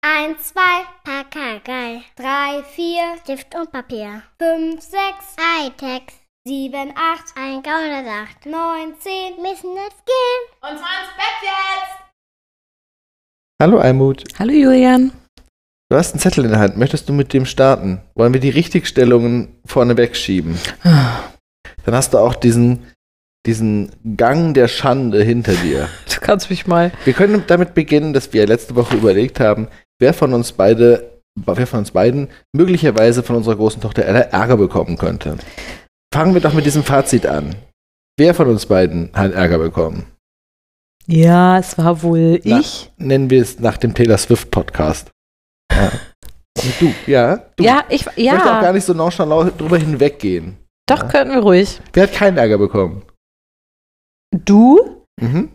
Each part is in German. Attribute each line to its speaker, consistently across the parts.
Speaker 1: 1, 2, Pakagei. 3, 4, Stift und Papier. 5, 6, Hightech. 7, 8, ein Gaunersacht. 9, 10, müssen jetzt gehen.
Speaker 2: Und zwar ins Bett jetzt!
Speaker 3: Hallo Almut.
Speaker 4: Hallo Julian.
Speaker 3: Du hast einen Zettel in der Hand. Möchtest du mit dem starten? Wollen wir die Richtigstellungen vorne wegschieben? Dann hast du auch diesen Gang der Schande hinter dir.
Speaker 4: Du kannst mich mal.
Speaker 3: Wir können damit beginnen, dass wir letzte Woche überlegt haben, wer von uns beiden möglicherweise von unserer großen Tochter Ella Ärger bekommen könnte. Fangen wir doch mit diesem Fazit an. Wer von uns beiden hat Ärger bekommen?
Speaker 4: Ja, es war wohl ich.
Speaker 3: Nennen wir es nach dem Taylor Swift Podcast. Ja. Du.
Speaker 4: Ja, ich
Speaker 3: möchte auch gar nicht so nonchalant drüber hinweggehen.
Speaker 4: Doch, könnten wir ruhig.
Speaker 3: Wer hat keinen Ärger bekommen?
Speaker 4: Du?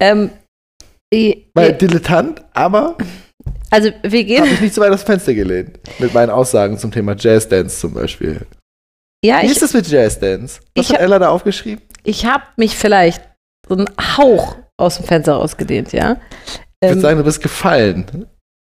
Speaker 3: Weil Dilettant, aber
Speaker 4: also wir gehen.
Speaker 3: habe ich nicht so weit aus dem Fenster gelehnt. Mit meinen Aussagen zum Thema Jazzdance zum Beispiel.
Speaker 4: Ja,
Speaker 3: Wie ist das mit Jazzdance? Was hat Ella da aufgeschrieben?
Speaker 4: Ich habe mich vielleicht so einen Hauch aus dem Fenster rausgedehnt, ja.
Speaker 3: Ich würde sagen, du bist gefallen.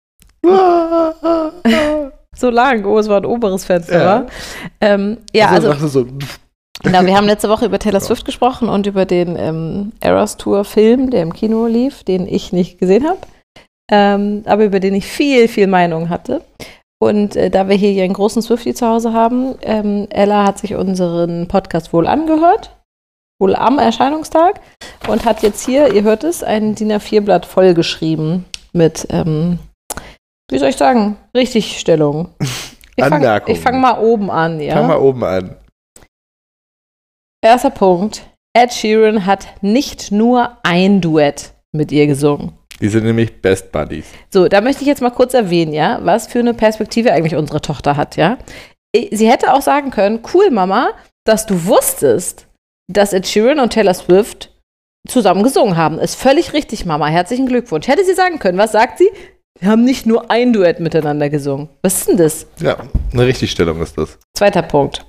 Speaker 4: So lang, es war ein oberes Fenster,
Speaker 3: Ja.
Speaker 4: wa? Also
Speaker 3: So.
Speaker 4: genau, wir haben letzte Woche über Taylor Swift gesprochen und über den Eras Tour Film, der im Kino lief, den ich nicht gesehen habe, aber über den ich viel Meinung hatte. Und da wir hier einen großen Swiftie zu Hause haben, Ella hat sich unseren Podcast wohl angehört, wohl am Erscheinungstag, und hat jetzt hier, ihr hört es, ein DIN A4-Blatt vollgeschrieben mit, wie soll ich sagen, Richtigstellung.
Speaker 3: Anmerkungen.
Speaker 4: Ich fange mal oben an, ja.
Speaker 3: Fang mal oben an.
Speaker 4: Erster Punkt. Ed Sheeran hat nicht nur ein Duett mit ihr gesungen.
Speaker 3: Die sind nämlich Best Buddies.
Speaker 4: So, da möchte ich jetzt mal kurz erwähnen, ja, was für eine Perspektive eigentlich unsere Tochter hat, ja. Sie hätte auch sagen können, cool, Mama, dass du wusstest, dass Ed Sheeran und Taylor Swift zusammen gesungen haben. Ist völlig richtig, Mama. Herzlichen Glückwunsch. Hätte sie sagen können. Was sagt sie? Sie haben nicht nur ein Duett miteinander gesungen. Was ist denn das?
Speaker 3: Ja, eine Richtigstellung ist das.
Speaker 4: Zweiter Punkt.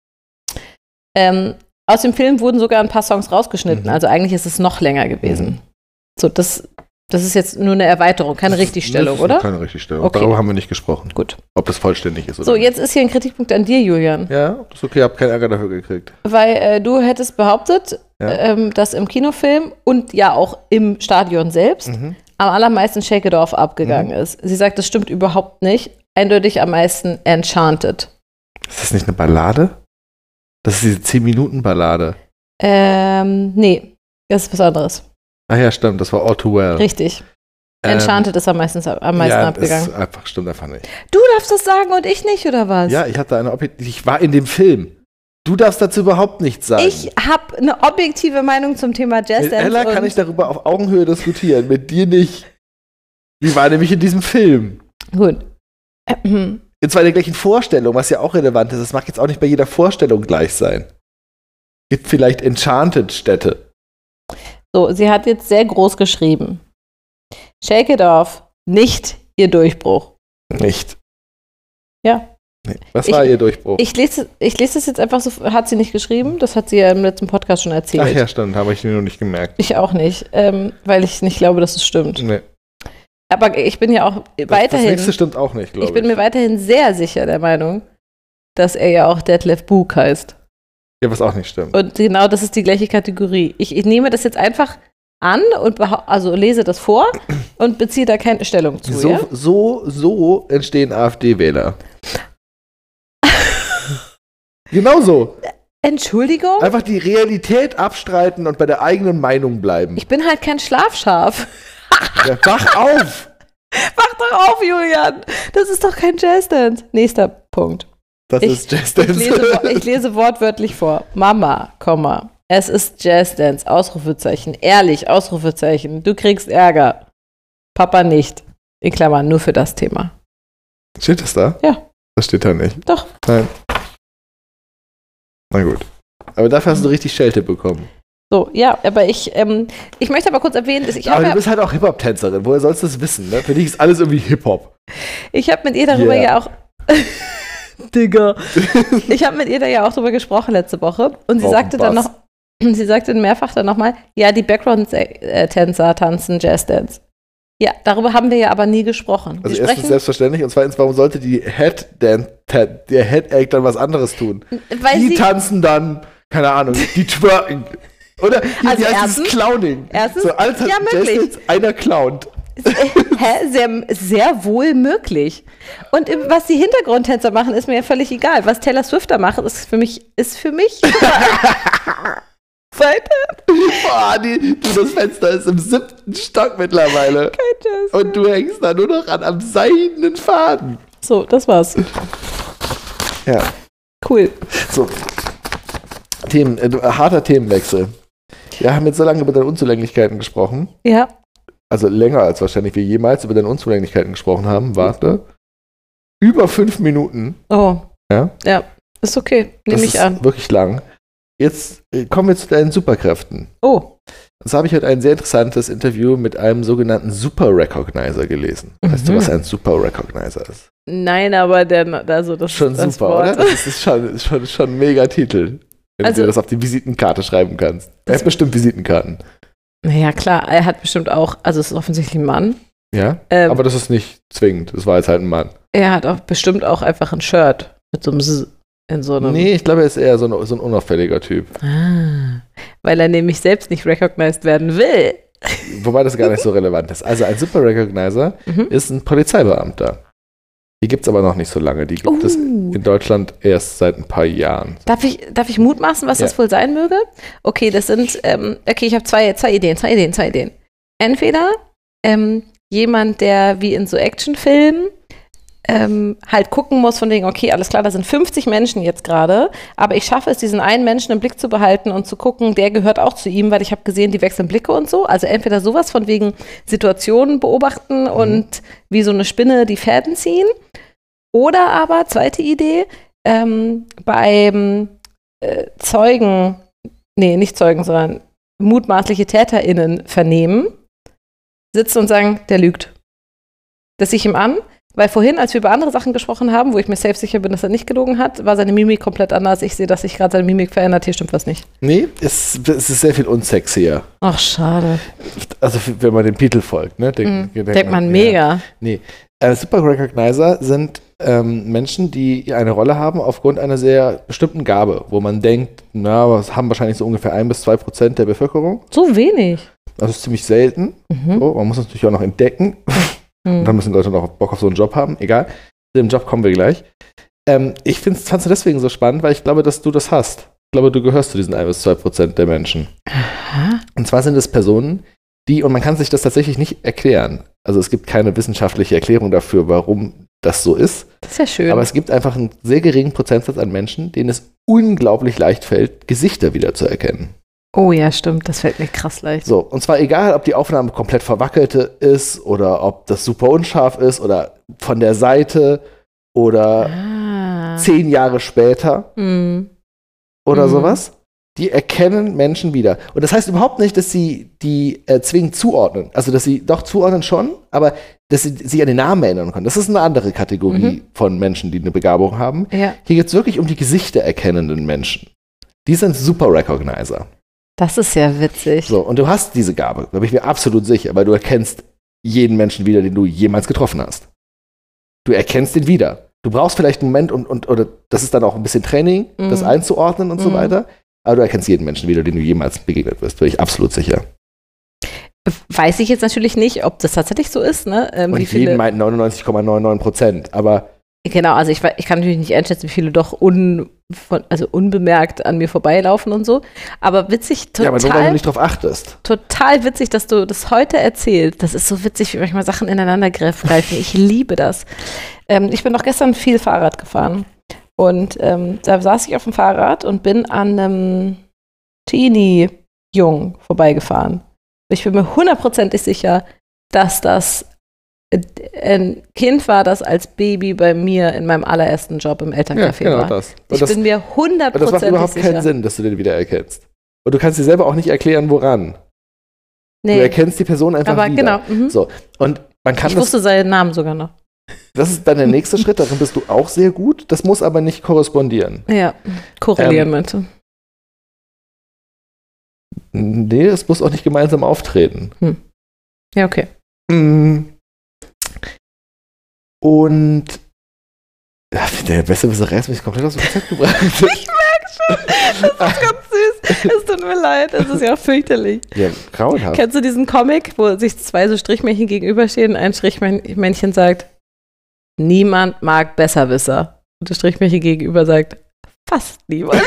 Speaker 4: Aus dem Film wurden sogar ein paar Songs rausgeschnitten. Also eigentlich ist es noch länger gewesen. So, das ist jetzt nur eine Erweiterung, keine Richtigstellung, oder?
Speaker 3: Keine Richtigstellung.
Speaker 4: Okay.
Speaker 3: Darüber haben wir nicht gesprochen.
Speaker 4: Gut.
Speaker 3: Ob das vollständig ist oder
Speaker 4: So,
Speaker 3: nicht.
Speaker 4: jetzt ist hier ein Kritikpunkt an dir, Julian.
Speaker 3: Ja, das ist okay, ich habe keinen Ärger dafür gekriegt.
Speaker 4: Weil du hättest behauptet,
Speaker 3: Ja.
Speaker 4: dass im Kinofilm und ja auch im Stadion selbst am allermeisten Shake It Off abgegangen ist. Sie sagt, das stimmt überhaupt nicht. Eindeutig am meisten Enchanted.
Speaker 3: Ist das nicht eine Ballade? Das ist diese 10-Minuten-Ballade.
Speaker 4: Nee, das ist was anderes.
Speaker 3: Ach ja, stimmt, das war All Too Well.
Speaker 4: Richtig. Enchanted ist am meisten abgegangen.
Speaker 3: Das stimmt einfach nicht.
Speaker 4: Du darfst das sagen und ich nicht, oder was?
Speaker 3: Ja, ich war in dem Film. Du darfst dazu überhaupt nichts sagen.
Speaker 4: Ich habe eine objektive Meinung zum Thema Jazz
Speaker 3: Mit
Speaker 4: Dance.
Speaker 3: Ella kann ich darüber auf Augenhöhe diskutieren, mit dir nicht. Die war nämlich in diesem Film.
Speaker 4: Gut.
Speaker 3: Und zwar in der gleichen Vorstellung, was ja auch relevant ist. Das mag jetzt auch nicht bei jeder Vorstellung gleich sein. Gibt vielleicht Enchanted-Städte.
Speaker 4: So, sie hat jetzt sehr groß geschrieben. Shake It Off, nicht ihr Durchbruch.
Speaker 3: Nicht.
Speaker 4: Ja.
Speaker 3: Nee. Was war ihr Durchbruch?
Speaker 4: Ich lese das jetzt einfach so, hat sie nicht geschrieben, das hat sie ja im letzten Podcast schon erzählt.
Speaker 3: Ach ja, stimmt, habe ich mir noch nicht gemerkt.
Speaker 4: Ich auch nicht, weil ich nicht glaube, dass es stimmt.
Speaker 3: Nee.
Speaker 4: Aber ich bin ja auch weiterhin.
Speaker 3: Das nächste stimmt auch nicht, glaube ich.
Speaker 4: Ich bin mir weiterhin sehr sicher der Meinung, dass er ja auch Detlef Book heißt.
Speaker 3: Ja, was auch nicht stimmt.
Speaker 4: Und genau das ist die gleiche Kategorie. Ich nehme das jetzt einfach an und lese das vor und beziehe da keine Stellung zu.
Speaker 3: So entstehen AfD-Wähler. Genau so.
Speaker 4: Entschuldigung?
Speaker 3: Einfach die Realität abstreiten und bei der eigenen Meinung bleiben.
Speaker 4: Ich bin halt kein Schlafschaf.
Speaker 3: Ja, wach auf!
Speaker 4: Wach doch auf, Julian! Das ist doch kein Jazzdance. Nächster Punkt.
Speaker 3: Das ist Jazzdance.
Speaker 4: Ich lese wortwörtlich vor. Mama, Komma. Es ist Jazzdance. Ausrufezeichen. Ehrlich, Ausrufezeichen. Du kriegst Ärger. Papa nicht. In Klammern, nur für das Thema.
Speaker 3: Steht das da?
Speaker 4: Ja.
Speaker 3: Das steht da nicht.
Speaker 4: Doch.
Speaker 3: Nein. Na gut. Aber dafür hast du richtig Schelte bekommen.
Speaker 4: So, ja, aber ich möchte aber kurz erwähnen, dass
Speaker 3: aber du bist halt auch Hip-Hop-Tänzerin. Woher sollst du das wissen? Ne? Für dich ist alles irgendwie Hip-Hop.
Speaker 4: Ich habe mit ihr darüber ja auch Digga. Ich habe mit ihr da ja auch drüber gesprochen letzte Woche. Und sie sagte dann noch, sie sagte mehrfach dann nochmal, ja, die Background-Tänzer tanzen Jazzdance. Ja, darüber haben wir ja aber nie gesprochen.
Speaker 3: Also
Speaker 4: wir
Speaker 3: erstens selbstverständlich und zweitens, warum sollte der Head-Act dann was anderes tun?
Speaker 4: Weil
Speaker 3: die
Speaker 4: sie
Speaker 3: tanzen dann, keine Ahnung, die twerken. Oder die
Speaker 4: Also
Speaker 3: heißt
Speaker 4: erstens-
Speaker 3: dieses Clowning.
Speaker 4: erstens,
Speaker 3: so, alles hat
Speaker 4: ja, möglich.
Speaker 3: jetzt einer clownt.
Speaker 4: Sehr wohl möglich. Und was die Hintergrundtänzer machen, ist mir ja völlig egal. Was Taylor Swift da macht, ist für mich Seite.
Speaker 3: Boah, das Fenster ist im 7. Stock mittlerweile. Und du hängst da nur noch am seidenen Faden.
Speaker 4: So, das war's.
Speaker 3: Ja.
Speaker 4: Cool.
Speaker 3: So. Harter Themenwechsel. Wir haben jetzt so lange über deine Unzulänglichkeiten gesprochen.
Speaker 4: Ja.
Speaker 3: Also länger als wahrscheinlich wir jemals über deine Unzulänglichkeiten gesprochen haben. Warte. Über 5 Minuten.
Speaker 4: Oh.
Speaker 3: Ja?
Speaker 4: Ja, ist okay. Nehme ich an.
Speaker 3: Das ist wirklich lang. Jetzt kommen wir zu deinen Superkräften.
Speaker 4: Oh.
Speaker 3: Und zwar habe ich heute ein sehr interessantes Interview mit einem sogenannten Super Recognizer gelesen. Weißt du, was ein Super Recognizer ist?
Speaker 4: Nein, aber das
Speaker 3: Schon
Speaker 4: das
Speaker 3: super,
Speaker 4: Wort.
Speaker 3: oder? Das ist schon ein mega Titel. Wenn
Speaker 4: Also-
Speaker 3: du dir das auf die Visitenkarte schreiben kannst. Er hat bestimmt Visitenkarten.
Speaker 4: Naja, klar, er hat bestimmt auch, also es ist offensichtlich ein Mann.
Speaker 3: Ja?
Speaker 4: Aber
Speaker 3: das ist nicht zwingend. Das war jetzt halt ein Mann.
Speaker 4: er hat auch bestimmt auch einfach ein Shirt mit so einem in so einem.
Speaker 3: Nee, ich glaube, er ist eher so ein unauffälliger Typ.
Speaker 4: Weil er nämlich selbst nicht recognized werden will.
Speaker 3: Wobei das gar nicht so relevant ist. Also ein Super Recognizer ist ein Polizeibeamter. Die gibt es aber noch nicht so lange. Die gibt es in Deutschland erst seit ein paar Jahren.
Speaker 4: Darf ich mutmaßen, was das wohl sein möge? Okay, das sind, ich habe zwei Ideen. Entweder jemand, der wie in so Actionfilmen halt gucken muss von wegen, okay, alles klar, da sind 50 Menschen jetzt gerade, aber ich schaffe es, diesen einen Menschen im Blick zu behalten und zu gucken, der gehört auch zu ihm, weil ich habe gesehen, die wechseln Blicke und so. Also entweder sowas von wegen Situationen beobachten und wie so eine Spinne die Fäden ziehen. Oder aber, zweite Idee, beim sondern mutmaßliche TäterInnen vernehmen, sitzen und sagen, der lügt. Das sehe ich ihm an, weil vorhin, als wir über andere Sachen gesprochen haben, wo ich mir safe sicher bin, dass er nicht gelogen hat, war seine Mimik komplett anders. Ich sehe, dass sich gerade seine Mimik verändert. Hier stimmt was nicht.
Speaker 3: Nee, es ist sehr viel unsexier.
Speaker 4: Ach, schade.
Speaker 3: Also wenn man dem Titel folgt, ne?
Speaker 4: Denkt man mega.
Speaker 3: Ja. Nee. Super Recognizer sind Menschen, die eine Rolle haben aufgrund einer sehr bestimmten Gabe, wo man denkt, das haben wahrscheinlich so ungefähr 1-2% der Bevölkerung.
Speaker 4: So wenig.
Speaker 3: Das ist ziemlich selten. So, man muss es natürlich auch noch entdecken. Und dann müssen Leute noch Bock auf so einen Job haben. Egal. Zu dem Job kommen wir gleich. Ich fand's deswegen so spannend, weil ich glaube, dass du das hast. Ich glaube, du gehörst zu diesen 1-2% der Menschen.
Speaker 4: Aha.
Speaker 3: Und zwar sind es Personen, und man kann sich das tatsächlich nicht erklären. Also es gibt keine wissenschaftliche Erklärung dafür, warum das so ist.
Speaker 4: Das ist ja schön.
Speaker 3: Aber es gibt einfach einen sehr geringen Prozentsatz an Menschen, denen es unglaublich leicht fällt, Gesichter wiederzuerkennen.
Speaker 4: Oh ja, stimmt. Das fällt mir krass leicht.
Speaker 3: So, und zwar egal, ob die Aufnahme komplett verwackelte ist oder ob das super unscharf ist oder von der Seite oder 10 Jahre später oder sowas. Die erkennen Menschen wieder. Und das heißt überhaupt nicht, dass sie die zwingend zuordnen. Also, dass sie doch zuordnen schon, aber dass sie sich an den Namen erinnern können. Das ist eine andere Kategorie von Menschen, die eine Begabung haben.
Speaker 4: Ja.
Speaker 3: Hier geht es wirklich um die Gesichter erkennenden Menschen. Die sind Super Recognizer.
Speaker 4: Das ist ja witzig.
Speaker 3: So, und du hast diese Gabe, da bin ich mir absolut sicher, weil du erkennst jeden Menschen wieder, den du jemals getroffen hast. Du erkennst ihn wieder. Du brauchst vielleicht einen Moment oder das ist dann auch ein bisschen Training, das einzuordnen und so weiter. Aber du erkennst jeden Menschen wieder, den du jemals begegnet bist, bin ich absolut sicher.
Speaker 4: Weiß ich jetzt natürlich nicht, ob das tatsächlich so ist, ne?
Speaker 3: Und jeden meint 99,99%, aber
Speaker 4: genau, also ich kann natürlich nicht einschätzen, wie viele doch unbemerkt an mir vorbeilaufen und so. Aber witzig,
Speaker 3: ja, aber nur weil du nicht drauf achtest.
Speaker 4: Total witzig, dass du das heute erzählst. Das ist so witzig, wie manchmal Sachen ineinander greifen. Ich liebe das. Ich bin doch gestern viel Fahrrad gefahren. Und da saß ich auf dem Fahrrad und bin an einem Teenie-Jungen vorbeigefahren. Ich bin mir hundertprozentig sicher, dass das ein Kind war, das als Baby bei mir in meinem allerersten Job im Elterncafé war.
Speaker 3: Das.
Speaker 4: Ich bin mir 100% sicher.
Speaker 3: Das macht überhaupt keinen Sinn, dass du den wieder erkennst. Und du kannst dir selber auch nicht erklären, woran.
Speaker 4: Nee.
Speaker 3: Du erkennst die Person einfach
Speaker 4: Aber
Speaker 3: wieder.
Speaker 4: Genau.
Speaker 3: So. Und man kann
Speaker 4: ich wusste seinen Namen sogar noch.
Speaker 3: Das ist dann der nächste Schritt, darin bist du auch sehr gut. Das muss aber nicht korrespondieren.
Speaker 4: Ja, korrelieren meinst
Speaker 3: Nee, es muss auch nicht gemeinsam auftreten.
Speaker 4: Ja, okay.
Speaker 3: Und der Besserwisserei hat mich komplett aus dem Konzept gebracht.
Speaker 4: Ich merke schon. Das ist ganz süß. Es tut mir leid, es ist ja fürchterlich.
Speaker 3: Ja, grauenhaft.
Speaker 4: Kennst du diesen Comic, wo sich zwei so Strichmännchen gegenüberstehen und ein Strichmännchen sagt, niemand mag Besserwisser. Und das Strichmännchen gegenüber sagt, fast niemand.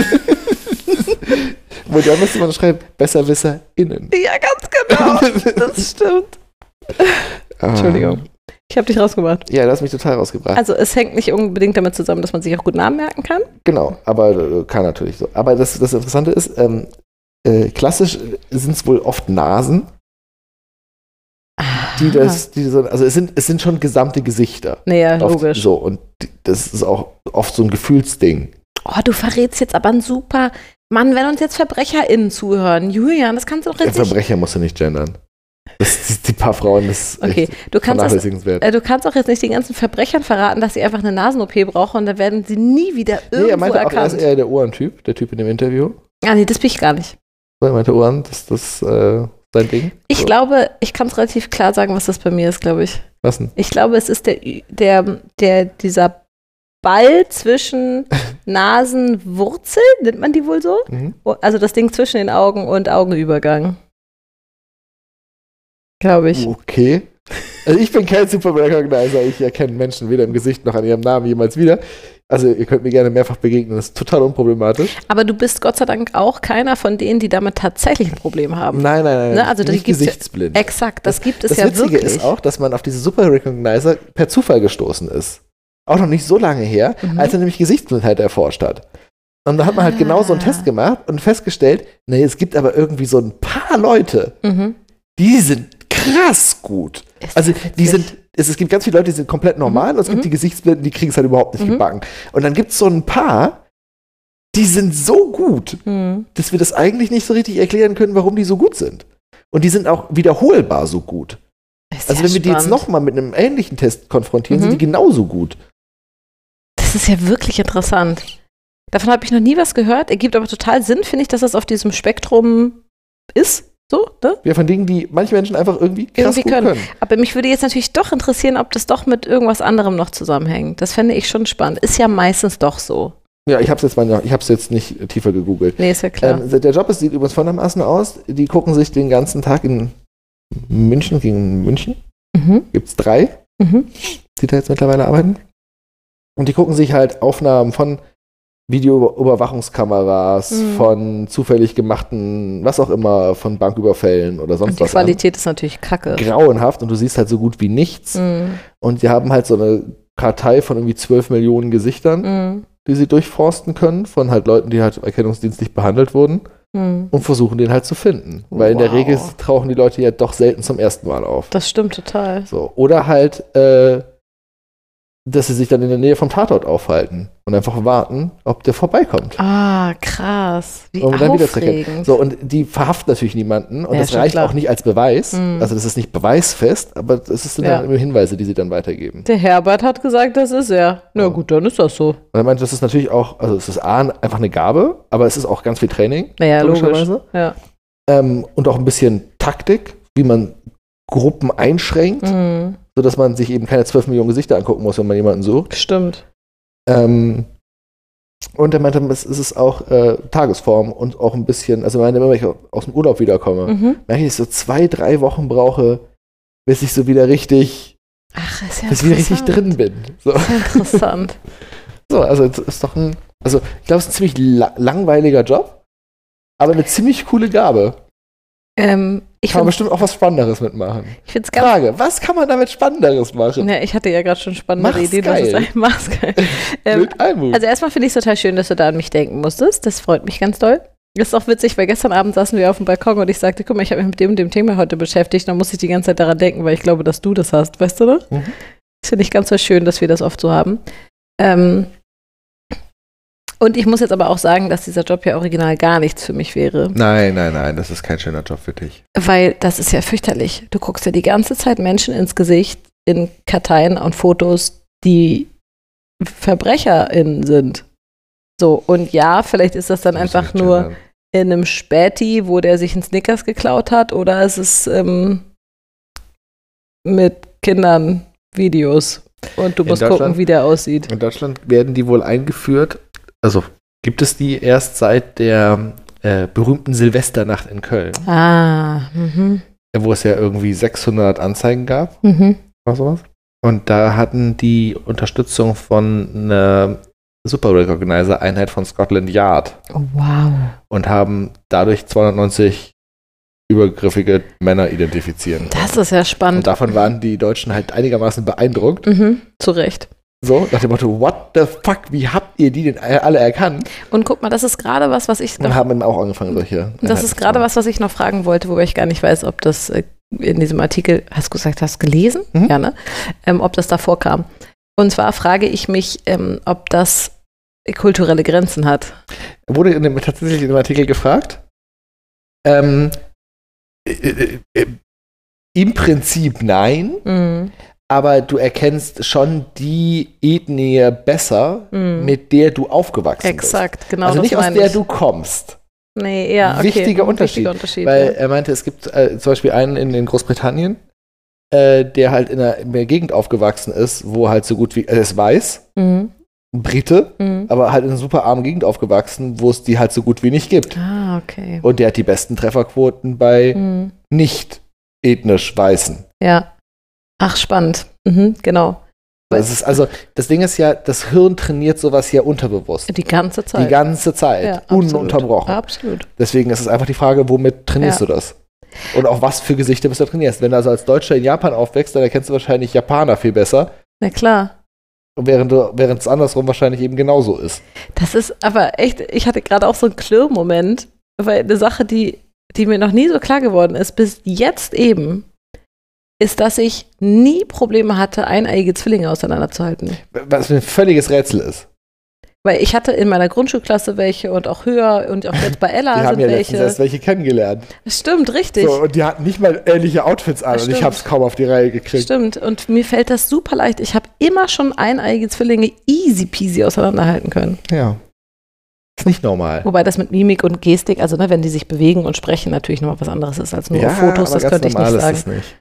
Speaker 3: Und da müsste man schreiben, BesserwisserInnen.
Speaker 4: Ja, ganz genau. Das stimmt. Entschuldigung. Ich habe dich rausgebracht.
Speaker 3: Ja, du hast mich total rausgebracht.
Speaker 4: Also es hängt nicht unbedingt damit zusammen, dass man sich auch gut Namen merken kann.
Speaker 3: Genau, aber kann natürlich so. Aber das Interessante ist, klassisch sind es wohl oft Nasen, also es sind schon gesamte Gesichter.
Speaker 4: Naja,
Speaker 3: oft,
Speaker 4: logisch.
Speaker 3: So, und das ist auch oft so ein Gefühlsding.
Speaker 4: Oh, du verrätst jetzt aber ein super... Mann, wenn uns jetzt VerbrecherInnen zuhören, Julian, das kannst du doch jetzt nicht...
Speaker 3: Verbrecher musst du nicht gendern. Die paar Frauen, das ist
Speaker 4: okay,
Speaker 3: echt vernachlässigenswert.
Speaker 4: Du kannst auch jetzt nicht den ganzen Verbrechern verraten, dass sie einfach eine Nasen-OP brauchen und dann werden sie nie wieder irgendwo
Speaker 3: er meinte
Speaker 4: erkannt.
Speaker 3: auch, er ist eher der Ohrentyp, der Typ in dem Interview.
Speaker 4: Ah, nee, das bin ich gar nicht.
Speaker 3: Er meinte Ohren, das ist sein Ding.
Speaker 4: Ich glaube, ich kann es relativ klar sagen, was das bei mir ist, glaube ich.
Speaker 3: Was denn?
Speaker 4: Ich glaube, es ist dieser Ball zwischen Nasenwurzeln, nennt man die wohl so?
Speaker 3: Mhm.
Speaker 4: Also das Ding zwischen den Augen und Augenübergang. Glaube ich.
Speaker 3: Okay. Also ich bin kein Super Recognizer, ich erkenne Menschen weder im Gesicht noch an ihrem Namen jemals wieder. Also ihr könnt mir gerne mehrfach begegnen, das ist total unproblematisch.
Speaker 4: Aber du bist Gott sei Dank auch keiner von denen, die damit tatsächlich ein Problem haben.
Speaker 3: Nein.
Speaker 4: Ne? Also
Speaker 3: nicht gesichtsblind.
Speaker 4: Exakt, das gibt es ja
Speaker 3: wirklich. Das Witzige ist auch, dass man auf diese Super Recognizer per Zufall gestoßen ist. Auch noch nicht so lange her, als er nämlich Gesichtsblindheit erforscht hat. Und da hat man halt genau so einen Test gemacht und festgestellt, es gibt aber irgendwie so ein paar Leute, die sind krass gut. Also es gibt ganz viele Leute, die sind komplett normal und es gibt die Gesichtsblinden, die kriegen es halt überhaupt nicht gebacken. Und dann gibt es so ein paar, die sind so gut, dass wir das eigentlich nicht so richtig erklären können, warum die so gut sind. Und die sind auch wiederholbar so gut. Also wenn wir die jetzt nochmal mit einem ähnlichen Test konfrontieren, sind die genauso gut.
Speaker 4: Das ist ja wirklich interessant. Davon habe ich noch nie was gehört. Ergibt aber total Sinn, finde ich, dass das auf diesem Spektrum ist. So, ne?
Speaker 3: Ja, von Dingen, die manche Menschen einfach irgendwie krass gut können.
Speaker 4: Aber mich würde jetzt natürlich doch interessieren, ob das doch mit irgendwas anderem noch zusammenhängt. Das fände ich schon spannend. Ist ja meistens doch so.
Speaker 3: Ja, ich habe es jetzt nicht tiefer gegoogelt.
Speaker 4: Nee, ist ja klar.
Speaker 3: Der Job sieht übrigens folgendermaßen aus. Die gucken sich den ganzen Tag in München gegen München. Gibt es 3, die da jetzt mittlerweile arbeiten. Und die gucken sich halt Aufnahmen von Videoüberwachungskameras, von zufällig gemachten, was auch immer, von Banküberfällen oder sonst was.
Speaker 4: Die Qualität ist natürlich kacke.
Speaker 3: Grauenhaft und du siehst halt so gut wie nichts. Und die haben halt so eine Kartei von irgendwie 12 Millionen Gesichtern, die sie durchforsten können, von halt Leuten, die halt erkennungsdienstlich behandelt wurden und versuchen den halt zu finden. Weil in der Regel tauchen die Leute ja doch selten zum ersten Mal auf.
Speaker 4: Das stimmt total.
Speaker 3: So. Oder halt dass sie sich dann in der Nähe vom Tatort aufhalten und einfach warten, ob der vorbeikommt.
Speaker 4: Ah, krass. Wie
Speaker 3: um dann wieder zu erkennen.
Speaker 4: aufregend.
Speaker 3: So, und die verhaften natürlich niemanden und
Speaker 4: Ja,
Speaker 3: das
Speaker 4: schon
Speaker 3: reicht
Speaker 4: klar.
Speaker 3: auch nicht als Beweis. Also das ist nicht beweisfest, aber das sind dann immer Hinweise, die sie dann weitergeben.
Speaker 4: Der Herbert hat gesagt, das ist er. Na gut, dann ist das so.
Speaker 3: Und er meint, das ist natürlich auch, also es ist einfach eine Gabe, aber es ist auch ganz viel Training.
Speaker 4: Naja,
Speaker 3: logischerweise.
Speaker 4: logisch. Ja.
Speaker 3: Und auch ein bisschen Taktik, wie man Gruppen einschränkt, sodass man sich eben keine 12 Millionen Gesichter angucken muss, wenn man jemanden sucht.
Speaker 4: Stimmt.
Speaker 3: Und er meinte, es ist auch Tagesform und auch ein bisschen, also wenn ich aus dem Urlaub wiederkomme, merke ich, dass ich so 2-3 Wochen brauche, bis ich so wieder richtig,
Speaker 4: Ach, ist ja
Speaker 3: bis ich wieder richtig drin bin. So.
Speaker 4: Ist ja interessant.
Speaker 3: So, also es ist doch ich glaube, es ist ein ziemlich langweiliger Job, aber eine ziemlich coole Gabe. Kann man bestimmt auch was Spannenderes mitmachen.
Speaker 4: Ich find's ganz
Speaker 3: Frage, was kann man damit Spannenderes machen?
Speaker 4: Ja, ich hatte ja gerade schon spannende
Speaker 3: Mach's
Speaker 4: Ideen.
Speaker 3: geil.
Speaker 4: Mach's geil.
Speaker 3: Mit Almut.
Speaker 4: Also erstmal finde ich es total schön, dass du da an mich denken musstest. Das freut mich ganz doll. Das ist auch witzig, weil gestern Abend saßen wir auf dem Balkon und ich sagte, guck mal, ich habe mich mit dem und dem Thema heute beschäftigt. Dann muss ich die ganze Zeit daran denken, weil ich glaube, dass du das hast. Weißt du noch? Das finde ich ganz so schön, dass wir das oft so haben. Und ich muss jetzt aber auch sagen, dass dieser Job ja original gar nichts für mich wäre.
Speaker 3: Nein, das ist kein schöner Job für dich.
Speaker 4: Weil das ist ja fürchterlich. Du guckst ja die ganze Zeit Menschen ins Gesicht in Karteien und Fotos, die VerbrecherInnen sind. So, und ja, vielleicht ist das dann einfach nur in einem Späti, wo der sich einen Snickers geklaut hat, oder es ist mit Kindern Videos und du musst gucken, wie der aussieht.
Speaker 3: In Deutschland werden die wohl eingeführt, also gibt es die erst seit der berühmten Silvesternacht in Köln. Wo es ja irgendwie 600 Anzeigen gab. Oder sowas. Und da hatten die Unterstützung von einer Super Recognizer-Einheit von Scotland Yard.
Speaker 4: Oh, wow.
Speaker 3: Und haben dadurch 290 übergriffige Männer identifizieren.
Speaker 4: Das ist ja spannend.
Speaker 3: Und davon waren die Deutschen halt einigermaßen beeindruckt.
Speaker 4: Zu Recht.
Speaker 3: So, nach dem Motto, what the fuck, wie habt ihr die denn alle erkannt?
Speaker 4: Und guck mal, das ist gerade was ich noch...
Speaker 3: Und haben eben auch angefangen, solche...
Speaker 4: Das ist gerade was ich noch fragen wollte, wobei ich gar nicht weiß, ob das in diesem Artikel, hast du gesagt, hast du gelesen? Ja, ne? Ob das da vorkam. Und zwar frage ich mich, ob das kulturelle Grenzen hat.
Speaker 3: Wurde tatsächlich in dem Artikel gefragt. Im Prinzip nein, aber du erkennst schon die Ethnie besser, mit der du aufgewachsen bist.
Speaker 4: Exakt, genau.
Speaker 3: Also
Speaker 4: das
Speaker 3: nicht aus der du kommst.
Speaker 4: Nee, ja, okay.
Speaker 3: Wichtiger Unterschied. Weil er meinte, es gibt zum Beispiel einen in Großbritannien, der halt in der Gegend aufgewachsen ist, wo halt so gut wie, er ist weiß, Brite, aber halt in einer super armen Gegend aufgewachsen, wo es die halt so gut wie nicht gibt.
Speaker 4: Ah, okay.
Speaker 3: Und der hat die besten Trefferquoten bei nicht ethnisch Weißen.
Speaker 4: Ja. Ach, spannend. Genau.
Speaker 3: Das ist also, das Ding ist ja, das Hirn trainiert sowas ja unterbewusst.
Speaker 4: Die ganze Zeit.
Speaker 3: Die ganze Zeit.
Speaker 4: Ja,
Speaker 3: ununterbrochen.
Speaker 4: Absolut.
Speaker 3: Deswegen ist es einfach die Frage, womit trainierst du das? Und auch was für Gesichter bist du trainierst. Wenn du also als Deutscher in Japan aufwächst, dann erkennst du wahrscheinlich Japaner viel besser.
Speaker 4: Na klar.
Speaker 3: Während es andersrum wahrscheinlich eben genauso ist.
Speaker 4: Das ist aber echt, ich hatte gerade auch so einen Klirr-Moment, weil eine Sache, die mir noch nie so klar geworden ist, bis jetzt eben, ist, dass ich nie Probleme hatte, eineiige Zwillinge auseinanderzuhalten.
Speaker 3: Was ein völliges Rätsel ist.
Speaker 4: Weil ich hatte in meiner Grundschulklasse welche und auch höher und auch jetzt bei Ella
Speaker 3: die haben ja
Speaker 4: welche.
Speaker 3: erst welche kennengelernt.
Speaker 4: Stimmt, richtig.
Speaker 3: So, und die hatten nicht mal ähnliche Outfits an und ich habe es kaum auf die Reihe gekriegt.
Speaker 4: Stimmt, und mir fällt das super leicht. Ich habe immer schon eineige Zwillinge easy peasy auseinanderhalten können.
Speaker 3: Ja. Ist nicht normal.
Speaker 4: Wobei das mit Mimik und Gestik, also wenn die sich bewegen und sprechen, natürlich nochmal was anderes ist als nur Fotos, das könnte ich nicht sagen.
Speaker 3: Ist das nicht.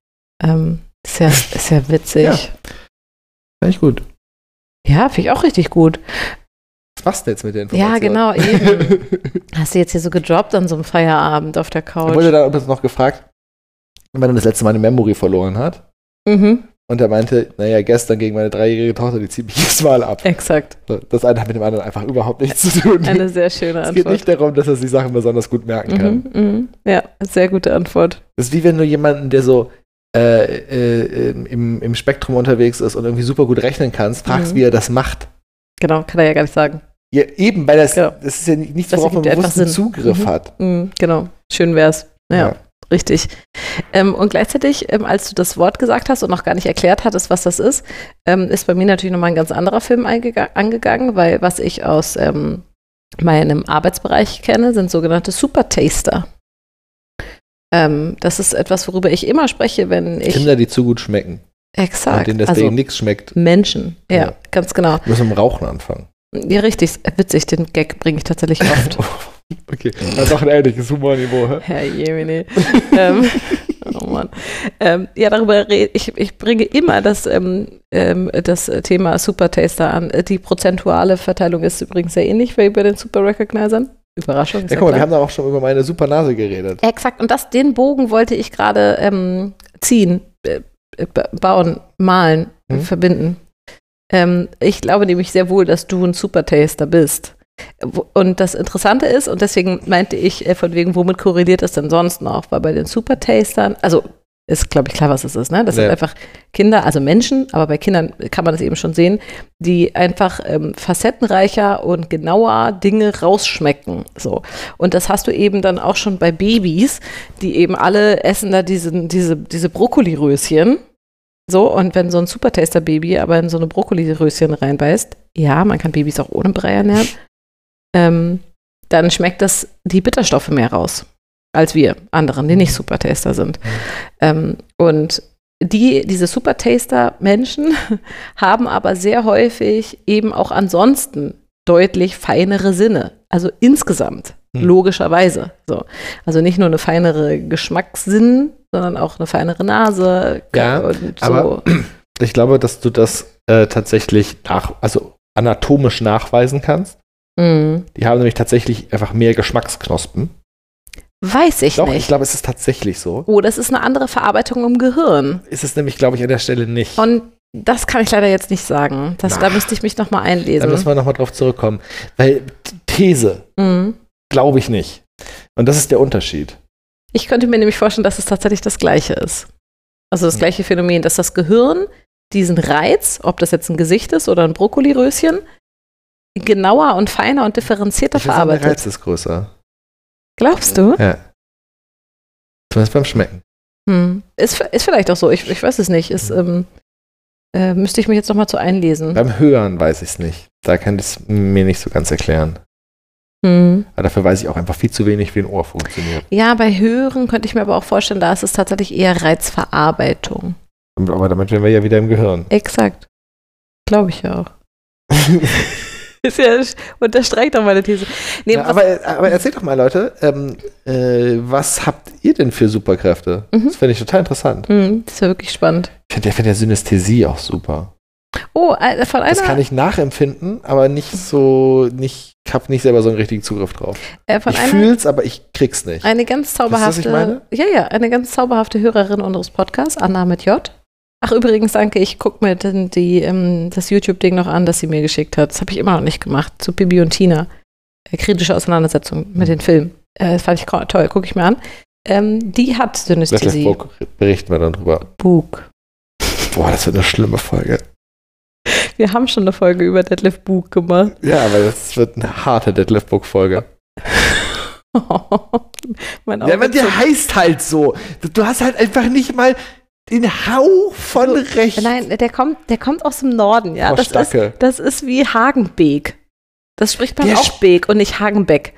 Speaker 4: Ist ja witzig.
Speaker 3: Ja. Finde ich gut.
Speaker 4: Ja, finde ich auch richtig gut.
Speaker 3: Was machst du jetzt mit der Information?
Speaker 4: Ja, genau, eben. Hast du jetzt hier so gedroppt an so einem Feierabend auf der Couch?
Speaker 3: Ich wurde da übrigens noch gefragt, wann er das letzte Mal eine Memory verloren hat. Und er meinte, naja, gestern gegen meine 3-jährige Tochter, die zieht mich jedes Mal ab.
Speaker 4: Exakt.
Speaker 3: Das eine hat mit dem anderen einfach überhaupt nichts zu tun.
Speaker 4: Eine sehr schöne Antwort.
Speaker 3: Es geht nicht darum, dass er sich Sachen besonders gut merken kann.
Speaker 4: Ja, sehr gute Antwort.
Speaker 3: Das ist wie wenn du jemanden, der so im Spektrum unterwegs ist und irgendwie super gut rechnen kannst, fragst, wie er das macht.
Speaker 4: Genau, kann er ja gar nicht sagen.
Speaker 3: Ja, eben, weil das ist ja nichts, worauf man bewussten Zugriff hat.
Speaker 4: Genau, schön wär's. Ja. Richtig. Und gleichzeitig, als du das Wort gesagt hast und noch gar nicht erklärt hattest, was das ist bei mir natürlich nochmal ein ganz anderer Film angegangen, weil was ich aus meinem Arbeitsbereich kenne, sind sogenannte Super Taster. Das ist etwas, worüber ich immer spreche, wenn ich...
Speaker 3: Kinder, die zu gut schmecken.
Speaker 4: Exakt.
Speaker 3: Und denen deswegen nichts schmeckt.
Speaker 4: Menschen, ja, ganz genau.
Speaker 3: Wir müssen mit dem Rauchen anfangen.
Speaker 4: Ja, richtig. Witzig, den Gag bringe ich tatsächlich oft.
Speaker 3: Okay, das ist auch ein ähnliches Humorniveau.
Speaker 4: Herr Jemine. Oh Mann. Ja, darüber ich bringe immer das Thema Super Taster an. Die prozentuale Verteilung ist übrigens sehr ähnlich wie bei den Super Recognizern. Überraschung.
Speaker 3: Ja, guck mal, wir haben da auch schon über meine Super Nase geredet.
Speaker 4: Exakt, und den Bogen wollte ich gerade ziehen, bauen, malen, verbinden. Ich glaube nämlich sehr wohl, dass du ein Super Taster bist. Und das Interessante ist, und deswegen meinte ich von wegen, womit korreliert das denn sonst noch? Weil bei den Super Tastern, also ist, glaube ich, klar, was es ist, ne? Das sind einfach Kinder, also Menschen, aber bei Kindern kann man das eben schon sehen, die einfach facettenreicher und genauer Dinge rausschmecken. So. Und das hast du eben dann auch schon bei Babys, die eben alle essen da diese Brokkoliröschen. So, und wenn so ein Super-Taster-Baby aber in so eine Brokkoliröschen reinbeißt, ja, man kann Babys auch ohne Brei ernähren, dann schmeckt das die Bitterstoffe mehr raus, als wir anderen, die nicht Super-Taster sind. Und diese Super-Taster-Menschen haben aber sehr häufig eben auch ansonsten deutlich feinere Sinne, also insgesamt, logischerweise. So. Also nicht nur eine feinere Geschmackssinn, sondern auch eine feinere Nase.
Speaker 3: Ja,
Speaker 4: und so.
Speaker 3: aber ich glaube, dass du das tatsächlich anatomisch nachweisen kannst.
Speaker 4: Mhm.
Speaker 3: Die haben nämlich tatsächlich einfach mehr Geschmacksknospen.
Speaker 4: Weiß ich
Speaker 3: Doch,
Speaker 4: nicht.
Speaker 3: ich glaube, es ist tatsächlich so.
Speaker 4: Oh, das ist eine andere Verarbeitung im Gehirn.
Speaker 3: Ist es nämlich, glaube ich, an der Stelle nicht.
Speaker 4: Und das kann ich leider jetzt nicht sagen. Da müsste ich mich nochmal einlesen.
Speaker 3: Da müssen wir nochmal drauf zurückkommen. Weil These, glaube ich nicht. Und das ist der Unterschied.
Speaker 4: Ich könnte mir nämlich vorstellen, dass es tatsächlich das Gleiche ist. Also das gleiche Phänomen, dass das Gehirn diesen Reiz, ob das jetzt ein Gesicht ist oder ein Brokkoliröschen, genauer und feiner und differenzierter verarbeitet.
Speaker 3: Der Reiz ist größer.
Speaker 4: Glaubst du?
Speaker 3: Ja. Zumindest beim Schmecken.
Speaker 4: Ist vielleicht auch so. Ich weiß es nicht. Müsste ich mich jetzt nochmal zu einlesen.
Speaker 3: Beim Hören weiß ich es nicht. Da kann ich es mir nicht so ganz erklären. Aber dafür weiß ich auch einfach viel zu wenig, wie ein Ohr funktioniert.
Speaker 4: Ja, bei Hören könnte ich mir aber auch vorstellen, da ist es tatsächlich eher Reizverarbeitung.
Speaker 3: Aber damit wären wir ja wieder im Gehirn.
Speaker 4: Exakt. Glaube ich ja auch. Ist ja, unterstreicht auch meine These. Nee,
Speaker 3: ja, aber erzählt doch mal, Leute, was habt ihr denn für Superkräfte? Das finde ich total interessant.
Speaker 4: Das ist ja wirklich spannend.
Speaker 3: Ich finde ja Synästhesie auch super.
Speaker 4: Oh, von einer...
Speaker 3: Das kann ich nachempfinden, aber ich habe nicht selber so einen richtigen Zugriff drauf. Ich fühle es, aber ich krieg's nicht.
Speaker 4: Eine ganz zauberhafte...
Speaker 3: Weißt du, was ich meine?
Speaker 4: Ja, eine ganz zauberhafte Hörerin unseres Podcasts, Anna mit J. Ach, übrigens, danke, ich gucke mir das YouTube-Ding noch an, das sie mir geschickt hat. Das habe ich immer noch nicht gemacht, zu Bibi und Tina. Kritische Auseinandersetzung mit den Filmen. Das fand ich toll, gucke ich mir an. Die hat Synästhesie.
Speaker 3: Detlef Book, berichten wir dann drüber.
Speaker 4: Book.
Speaker 3: Boah, das wird eine schlimme Folge.
Speaker 4: Wir haben schon eine Folge über Detlef Book gemacht.
Speaker 3: Ja, aber das wird eine harte Detlef Book-Folge. Der heißt halt so. Du hast halt einfach nicht mal den Hauch von Recht.
Speaker 4: Nein, der kommt aus dem Norden, ja.
Speaker 3: Stacke.
Speaker 4: Das ist wie Hagenbeek. Das spricht man auch Beek und nicht Hagenbeck.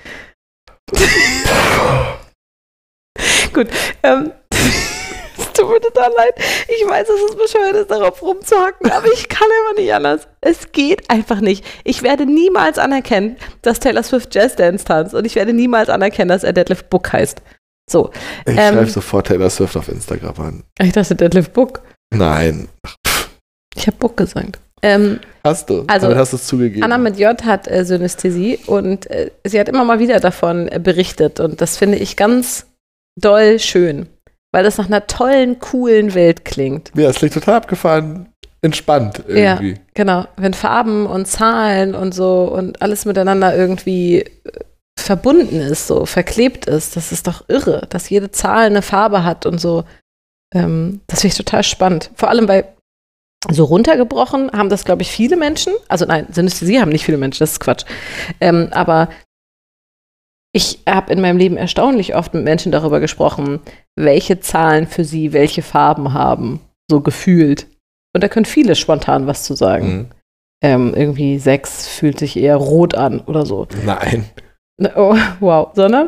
Speaker 4: Gut, es tut mir total leid. Ich weiß, es ist bescheuert, ist, darauf rumzuhacken, aber ich kann immer nicht anders. Es geht einfach nicht. Ich werde niemals anerkennen, dass Taylor Swift Jazzdance tanzt und ich werde niemals anerkennen, dass er Detlef Book heißt. So.
Speaker 3: Ich schreibe sofort Taylor Swift auf Instagram an.
Speaker 4: Ich dachte Detlef Book.
Speaker 3: Nein.
Speaker 4: Ich habe Book gesagt.
Speaker 3: Hast du?
Speaker 4: Also,
Speaker 3: damit hast du es zugegeben.
Speaker 4: Anna mit J hat Synästhesie und sie hat immer mal wieder davon berichtet und das finde ich ganz doll schön, weil das nach einer tollen, coolen Welt klingt.
Speaker 3: Ja, es klingt total abgefahren, entspannt irgendwie.
Speaker 4: Ja, genau. Wenn Farben und Zahlen und so und alles miteinander irgendwie verbunden ist, so verklebt ist, das ist doch irre, dass jede Zahl eine Farbe hat und so. Das finde ich total spannend. Vor allem bei so runtergebrochen haben das, glaube ich, viele Menschen. Also nein, Synästhesie haben nicht viele Menschen, das ist Quatsch. Aber ich habe in meinem Leben erstaunlich oft mit Menschen darüber gesprochen, welche Zahlen für sie welche Farben haben, so gefühlt. Und da können viele spontan was zu sagen. Irgendwie 6 fühlt sich eher rot an oder so.
Speaker 3: Nein.
Speaker 4: Oh, wow. Sondern?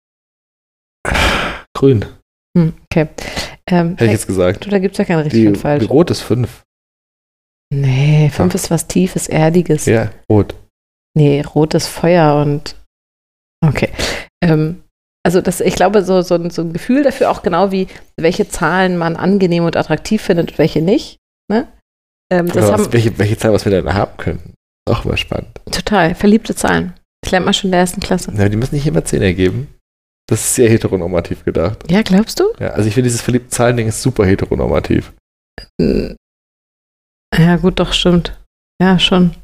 Speaker 3: Grün.
Speaker 4: Okay.
Speaker 3: Hätte ich jetzt gesagt.
Speaker 4: Da gibt es ja kein richtig und falsch.
Speaker 3: Die Rot ist 5.
Speaker 4: Nee, 5 ist was Tiefes, Erdiges.
Speaker 3: Ja, Rot.
Speaker 4: Nee, Rot ist Feuer und okay. Also ich glaube, so ein Gefühl dafür auch genau wie, welche Zahlen man angenehm und attraktiv findet und welche nicht. Ne?
Speaker 3: Welche Zahlen, was wir dann haben können. Auch immer spannend.
Speaker 4: Total. Verliebte Zahlen. Das lernt man schon in der 1. Klasse.
Speaker 3: Ja, die müssen nicht immer 10 ergeben. Das ist sehr heteronormativ gedacht.
Speaker 4: Ja, glaubst du?
Speaker 3: Ja, also ich finde, dieses verliebte Zahlen-Ding ist super heteronormativ.
Speaker 4: Ja, gut, doch, stimmt. Ja, schon.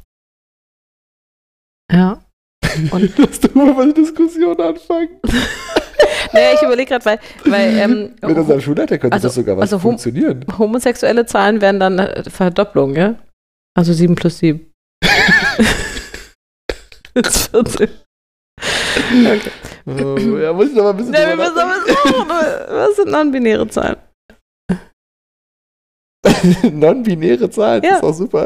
Speaker 4: Ja. Und
Speaker 3: lass doch mal eine Diskussion anfangen.
Speaker 4: Naja, ich überlege gerade, weil
Speaker 3: wenn das ein Schulleiter könnte das sogar was funktionieren.
Speaker 4: Homosexuelle Zahlen wären dann eine Verdopplung, ja? Also 7 plus 7. Das ist 14. Okay.
Speaker 3: Oh, ja, muss ich noch mal ein bisschen
Speaker 4: wir müssen was sind non-binäre Zahlen?
Speaker 3: Non-binäre Zahlen,
Speaker 4: ja.
Speaker 3: Das ist auch super.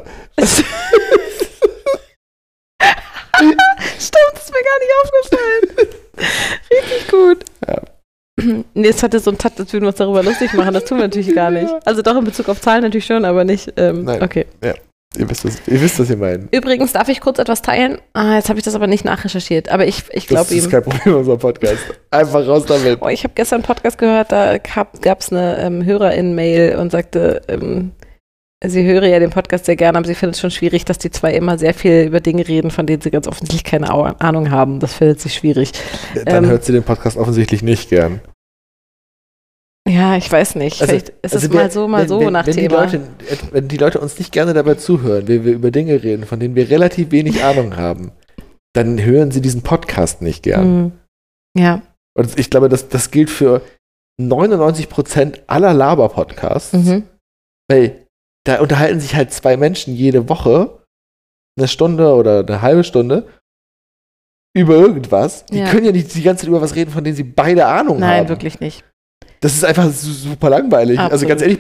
Speaker 4: Stimmt, das ist mir gar nicht aufgefallen. Richtig gut. Ja. Nee, es hatte so einen Tat, als würden wir uns darüber lustig machen. Das tun wir natürlich gar nicht. Also doch in Bezug auf Zahlen natürlich schon, aber nicht.
Speaker 3: Nein.
Speaker 4: Okay.
Speaker 3: Ja. Ihr wisst, was ihr meint.
Speaker 4: Übrigens, darf ich kurz etwas teilen? Jetzt habe ich das aber nicht nachrecherchiert, aber ich glaube ihm.
Speaker 3: Das ist kein Problem in unserem Podcast. Einfach raus damit.
Speaker 4: Ich habe gestern einen Podcast gehört, da gab es eine Hörerin-Mail und sagte, sie höre ja den Podcast sehr gerne, aber sie findet es schon schwierig, dass die zwei immer sehr viel über Dinge reden, von denen sie ganz offensichtlich keine Ahnung haben. Das findet sie schwierig.
Speaker 3: Dann hört sie den Podcast offensichtlich nicht gern.
Speaker 4: Ja, ich weiß nicht.
Speaker 3: Also,
Speaker 4: Vielleicht ist es mal so nach Thema.
Speaker 3: Wenn die Leute uns nicht gerne dabei zuhören, wenn wir über Dinge reden, von denen wir relativ wenig Ahnung haben, dann hören sie diesen Podcast nicht gern.
Speaker 4: Ja.
Speaker 3: Und ich glaube, das gilt für 99% aller Laber-Podcasts, weil da unterhalten sich halt zwei Menschen jede Woche eine Stunde oder eine halbe Stunde über irgendwas. Die können ja nicht die ganze Zeit über was reden, von denen sie beide Ahnung haben.
Speaker 4: Nein, wirklich nicht.
Speaker 3: Das ist einfach super langweilig.
Speaker 4: Absolut.
Speaker 3: Also ganz ehrlich,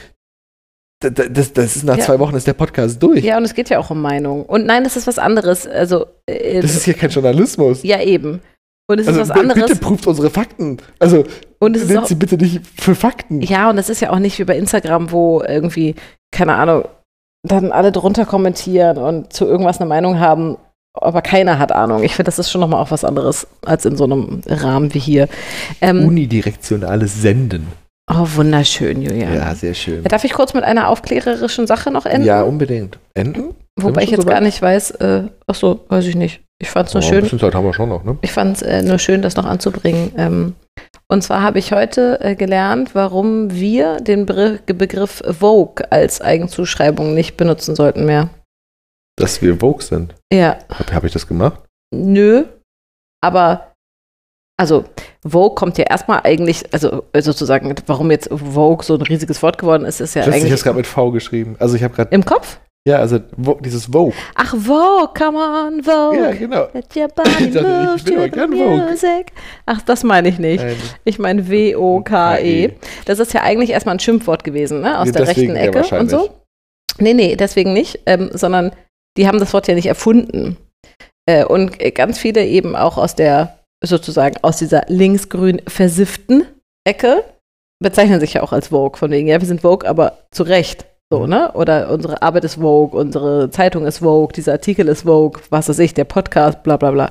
Speaker 3: das ist nach 2 Wochen ist der Podcast durch.
Speaker 4: Ja, und es geht ja auch um Meinung. Und nein, das ist was anderes. Also,
Speaker 3: das ist hier kein Journalismus.
Speaker 4: Ja, eben. Und es ist was anderes.
Speaker 3: Bitte prüft unsere Fakten. Also, nehmt sie bitte nicht für Fakten.
Speaker 4: Ja, und das ist ja auch nicht wie bei Instagram, wo irgendwie, keine Ahnung, dann alle drunter kommentieren und zu irgendwas eine Meinung haben, aber keiner hat Ahnung. Ich finde, das ist schon nochmal auch was anderes als in so einem Rahmen wie hier.
Speaker 3: Unidirektionales Senden.
Speaker 4: Oh, wunderschön, Julian.
Speaker 3: Ja, sehr schön.
Speaker 4: Darf ich kurz mit einer aufklärerischen Sache noch enden?
Speaker 3: Ja, unbedingt. Enden?
Speaker 4: Wobei ich jetzt gar nicht weiß, weiß ich nicht. Ich fand es nur schön.
Speaker 3: Ein bisschen Zeit haben wir schon noch, ne?
Speaker 4: Ich fand es nur schön, das noch anzubringen. Und zwar habe ich heute gelernt, warum wir den Begriff Vogue als Eigenzuschreibung nicht benutzen sollten mehr.
Speaker 3: Dass wir Vogue sind?
Speaker 4: Ja.
Speaker 3: Hab ich das gemacht?
Speaker 4: Nö, aber also Vogue kommt ja erstmal eigentlich, also sozusagen, warum jetzt Vogue so ein riesiges Wort geworden ist, ist ja eigentlich.
Speaker 3: Ich habe es gerade mit V geschrieben. Also ich habe gerade.
Speaker 4: Im Kopf?
Speaker 3: Ja, also dieses Vogue.
Speaker 4: Ach, Vogue, come on, Vogue.
Speaker 3: Ja, genau.
Speaker 4: Let your body move
Speaker 3: ich bin aber gern
Speaker 4: music. Ach, das meine ich nicht. Nein. Ich meine W-O-K-E. Das ist ja eigentlich erstmal ein Schimpfwort gewesen, ne? Aus der rechten Ecke und so. Nee, deswegen nicht, sondern die haben das Wort ja nicht erfunden. Und ganz viele eben auch aus dieser linksgrün versifften Ecke bezeichnen sich ja auch als Vogue. Von wegen, ja, wir sind Vogue, aber zu Recht. So, ne? Oder unsere Arbeit ist Vogue, unsere Zeitung ist Vogue, dieser Artikel ist Vogue, was weiß ich, der Podcast, bla bla bla.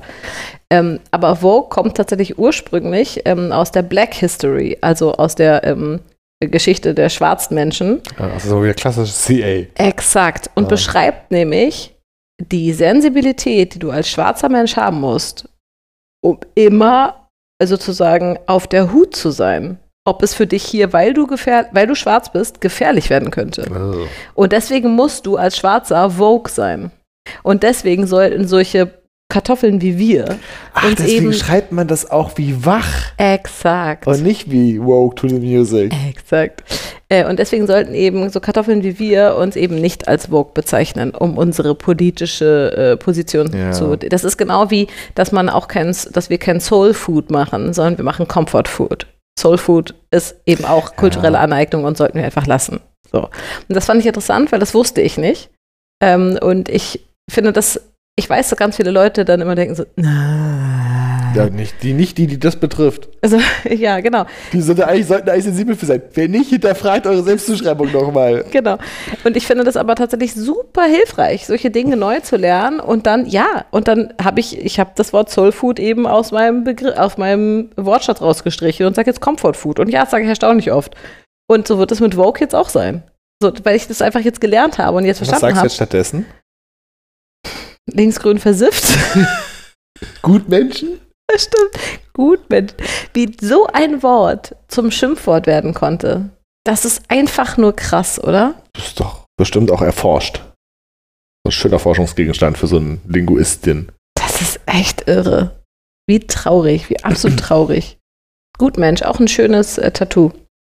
Speaker 4: Aber Vogue kommt tatsächlich ursprünglich aus der Black History, also aus der Geschichte der schwarzen Menschen.
Speaker 3: Also so wie der klassische CA.
Speaker 4: Exakt. Und beschreibt nämlich die Sensibilität, die du als schwarzer Mensch haben musst, um immer sozusagen auf der Hut zu sein. Ob es für dich hier, weil du schwarz bist, gefährlich werden könnte. Oh. Und deswegen musst du als Schwarzer Vogue sein. Und deswegen sollten solche Kartoffeln wie wir uns
Speaker 3: deswegen
Speaker 4: eben
Speaker 3: schreibt man das auch wie wach.
Speaker 4: Exakt.
Speaker 3: Und nicht wie woke to the music.
Speaker 4: Exakt. Und deswegen sollten eben so Kartoffeln wie wir uns eben nicht als Vogue bezeichnen, um unsere politische Position zu. Das ist genau wie, dass wir kein Soul Food machen, sondern wir machen Comfort Food. Soul Food ist eben auch kulturelle Aneignung und sollten wir einfach lassen. So. Und das fand ich interessant, weil das wusste ich nicht. Und ich finde, ich weiß, dass ganz viele Leute dann immer denken so,
Speaker 3: ja, die das betrifft.
Speaker 4: Also, ja, genau.
Speaker 3: Die sollten eigentlich sensibel für sein. Wer nicht, hinterfragt eure Selbstzuschreibung nochmal.
Speaker 4: Genau. Und ich finde das aber tatsächlich super hilfreich, solche Dinge neu zu lernen. Und dann habe ich habe das Wort Soul Food eben aus meinem Wortschatz rausgestrichen und sage jetzt Comfort Food. Und ja, das sage ich erstaunlich oft. Und so wird es mit Vogue jetzt auch sein. So, weil ich das einfach jetzt gelernt habe und jetzt verstanden habe.
Speaker 3: Was sagst du jetzt stattdessen?
Speaker 4: Linksgrün versifft.
Speaker 3: Gutmenschen?
Speaker 4: Das stimmt. Gutmenschen. Wie so ein Wort zum Schimpfwort werden konnte. Das ist einfach nur krass, oder?
Speaker 3: Das ist doch bestimmt auch erforscht. Ein schöner Forschungsgegenstand für so eine Linguistin.
Speaker 4: Das ist echt irre. Wie traurig, wie absolut traurig. Gutmensch, auch ein schönes Tattoo.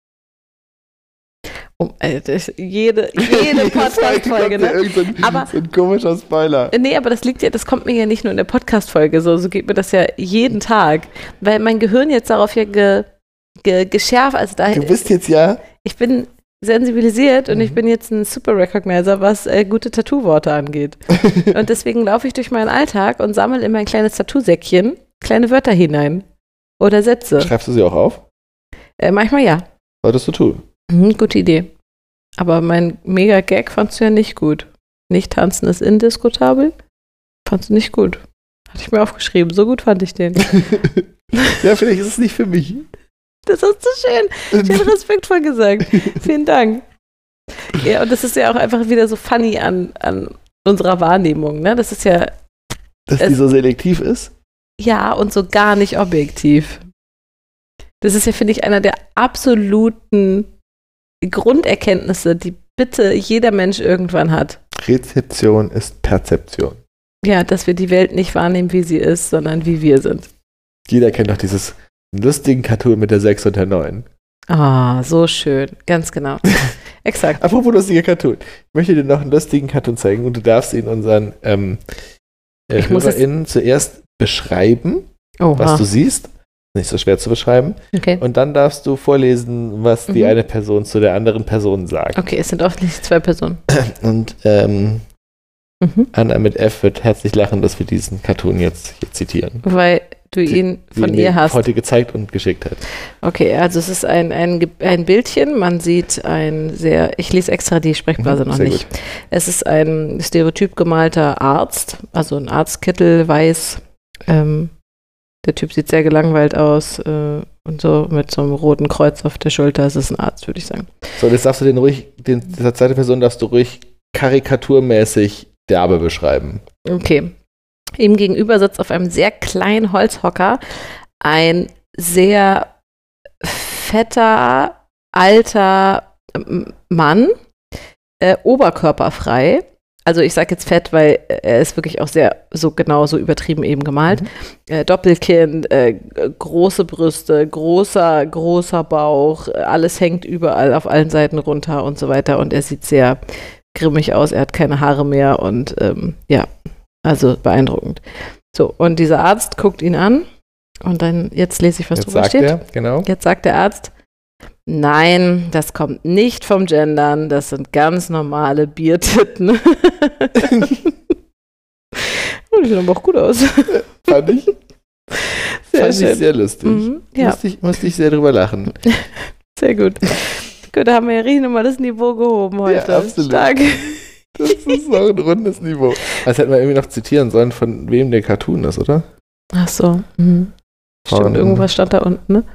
Speaker 4: Jede Podcast-Folge, ne?
Speaker 3: Aber so ein komischer Spoiler.
Speaker 4: Nee, aber das kommt mir ja nicht nur in der Podcast-Folge, so geht mir das ja jeden Tag, weil mein Gehirn jetzt darauf ja geschärft, also da.
Speaker 3: Du bist jetzt ja.
Speaker 4: Ich bin sensibilisiert und ich bin jetzt ein Super Recognizer, was gute Tattoo-Worte angeht. Und deswegen laufe ich durch meinen Alltag und sammle in mein kleines Tattoo-Säckchen kleine Wörter hinein oder Sätze.
Speaker 3: Schreibst du sie auch auf?
Speaker 4: Manchmal ja.
Speaker 3: Solltest du tun.
Speaker 4: Gute Idee. Aber mein Mega-Gag fandst du ja nicht gut. Nicht tanzen ist indiskutabel. Fandst du nicht gut. Hatte ich mir aufgeschrieben. So gut fand ich den.
Speaker 3: Ja, vielleicht ist es nicht für mich.
Speaker 4: Das hast du schön respektvoll gesagt. Vielen Dank. Ja, und das ist ja auch einfach wieder so funny an unserer Wahrnehmung, ne? Das ist ja...
Speaker 3: Dass die so selektiv ist?
Speaker 4: Ja, und so gar nicht objektiv. Das ist ja, finde ich, einer der absoluten Grunderkenntnisse, die bitte jeder Mensch irgendwann hat.
Speaker 3: Rezeption ist Perzeption.
Speaker 4: Ja, dass wir die Welt nicht wahrnehmen, wie sie ist, sondern wie wir sind.
Speaker 3: Jeder kennt doch dieses lustigen Cartoon mit der 6 und der 9.
Speaker 4: Ah, so schön. Ganz genau. Exakt.
Speaker 3: Apropos lustiger Cartoon. Ich möchte dir noch einen lustigen Cartoon zeigen und du darfst ihn unseren HörerInnen zuerst beschreiben, was du siehst. Nicht so schwer zu beschreiben.
Speaker 4: Okay.
Speaker 3: Und dann darfst du vorlesen, was die eine Person zu der anderen Person sagt.
Speaker 4: Okay, es sind offensichtlich 2 Personen.
Speaker 3: Und Anna mit F wird herzlich lachen, dass wir diesen Cartoon jetzt hier zitieren.
Speaker 4: Weil du ihn von ihr hast.
Speaker 3: Heute gezeigt und geschickt hat.
Speaker 4: Okay, also es ist ein Bildchen. Man sieht ich lese extra die Sprechblase noch nicht. Gut. Es ist ein stereotyp gemalter Arzt, also ein Arztkittel, weiß. Der Typ sieht sehr gelangweilt aus und so mit so einem roten Kreuz auf der Schulter. Es ist ein Arzt, würde ich sagen.
Speaker 3: So, jetzt darfst du dieser zweite Person darfst du ruhig karikaturmäßig derbe beschreiben.
Speaker 4: Okay. Ihm gegenüber sitzt auf einem sehr kleinen Holzhocker ein sehr fetter, alter Mann, oberkörperfrei. Also ich sage jetzt fett, weil er ist wirklich auch so übertrieben eben gemalt. Doppelkinn, große Brüste, großer Bauch, alles hängt überall auf allen Seiten runter und so weiter. Und er sieht sehr grimmig aus, er hat keine Haare mehr und also beeindruckend. So, und dieser Arzt guckt ihn an und dann, jetzt lese ich, was drüber steht. Jetzt sagt der Arzt, nein, das kommt nicht vom Gendern, das sind ganz normale Biertitten. Und die sehen aber auch gut aus.
Speaker 3: Fand ich
Speaker 4: sehr
Speaker 3: lustig.
Speaker 4: Ja.
Speaker 3: Musste ich sehr drüber lachen.
Speaker 4: Sehr gut. Gut, da haben wir ja richtig nochmal das Niveau gehoben heute.
Speaker 3: Ja, absolut.
Speaker 4: Stark.
Speaker 3: Das ist noch ein rundes Niveau. Das hätten wir irgendwie noch zitieren sollen, von wem der Cartoon ist, oder?
Speaker 4: Ach so. Stimmt, irgendwas stand da unten, ne?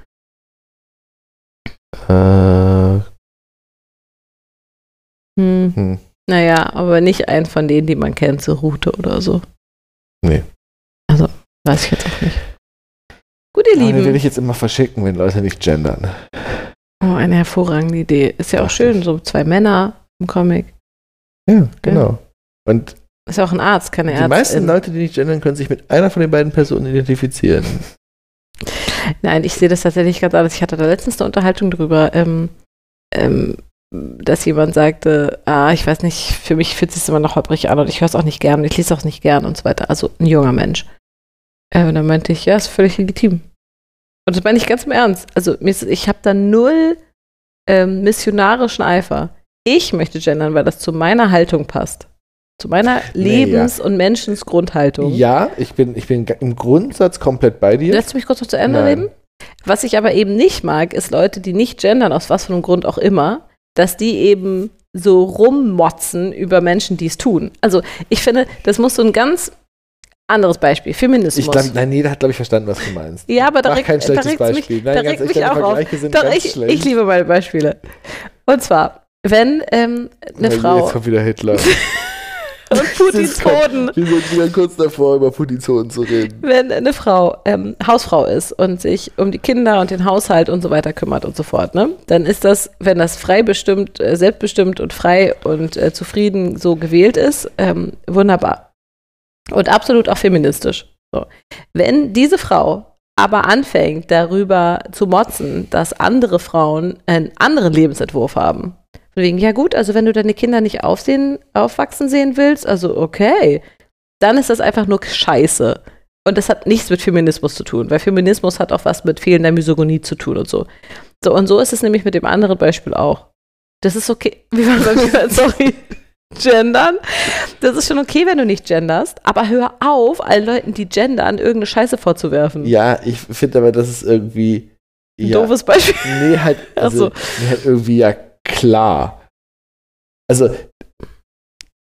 Speaker 4: Naja, aber nicht einen von denen, die man kennt, so Rute oder so.
Speaker 3: Nee.
Speaker 4: Also, weiß ich jetzt auch nicht. Gut, ihr Lieben.
Speaker 3: Den will ich jetzt immer verschicken, wenn Leute nicht gendern.
Speaker 4: Oh, eine hervorragende Idee. Ist ja auch schön, so 2 Männer im Comic.
Speaker 3: Ja, genau. Und
Speaker 4: ist ja auch ein Arzt, keine Ärztin.
Speaker 3: Die meisten Leute, die nicht gendern, können sich mit einer von den beiden Personen identifizieren.
Speaker 4: Nein, ich sehe das tatsächlich ganz anders. Ich hatte da letztens eine Unterhaltung drüber, dass jemand sagte, ich weiß nicht, für mich fühlt es sich immer noch holprig an und ich höre es auch nicht gern und ich lese es auch nicht gern und so weiter. Also ein junger Mensch. Und dann meinte ich, ja, ist völlig legitim. Und das meine ich ganz im Ernst. Also ich habe da null missionarischen Eifer. Ich möchte gendern, weil das zu meiner Haltung passt. Zu meiner Lebens- und Menschensgrundhaltung.
Speaker 3: Ja, ich bin im Grundsatz komplett bei dir.
Speaker 4: Lässt du mich kurz noch zu Ende reden? Was ich aber eben nicht mag, ist Leute, die nicht gendern, aus was für einem Grund auch immer, dass die eben so rummotzen über Menschen, die es tun. Also ich finde, das muss so ein ganz anderes Beispiel, Feminismus.
Speaker 3: Jeder hat, glaube ich, verstanden, was du meinst.
Speaker 4: Ja, aber da regt
Speaker 3: kein schlechtes Beispiel.
Speaker 4: Da regt mich auch auf. Ich liebe meine Beispiele. Und zwar, wenn eine Frau...
Speaker 3: Jetzt kommt wieder Hitler.
Speaker 4: Und Putins Hoden.
Speaker 3: Wir sind wieder kurz davor, über Putins Hoden zu reden.
Speaker 4: Wenn eine Frau Hausfrau ist und sich um die Kinder und den Haushalt und so weiter kümmert und so fort, ne, dann ist das, wenn das selbstbestimmt und frei und zufrieden so gewählt ist, wunderbar. Und absolut auch feministisch. So. Wenn diese Frau aber anfängt, darüber zu motzen, dass andere Frauen einen anderen Lebensentwurf haben, von wegen, ja gut, also wenn du deine Kinder nicht aufwachsen sehen willst, also okay, dann ist das einfach nur Scheiße. Und das hat nichts mit Feminismus zu tun, weil Feminismus hat auch was mit fehlender Misogynie zu tun und so. So, und so ist es nämlich mit dem anderen Beispiel auch. Das ist okay. Wie war das? Sorry. Gendern. Das ist schon okay, wenn du nicht genderst, aber hör auf, allen Leuten, die gendern, irgendeine Scheiße vorzuwerfen.
Speaker 3: Ja, ich finde aber, das ist irgendwie
Speaker 4: ein doofes Beispiel.
Speaker 3: Nee, halt irgendwie ja klar. Also,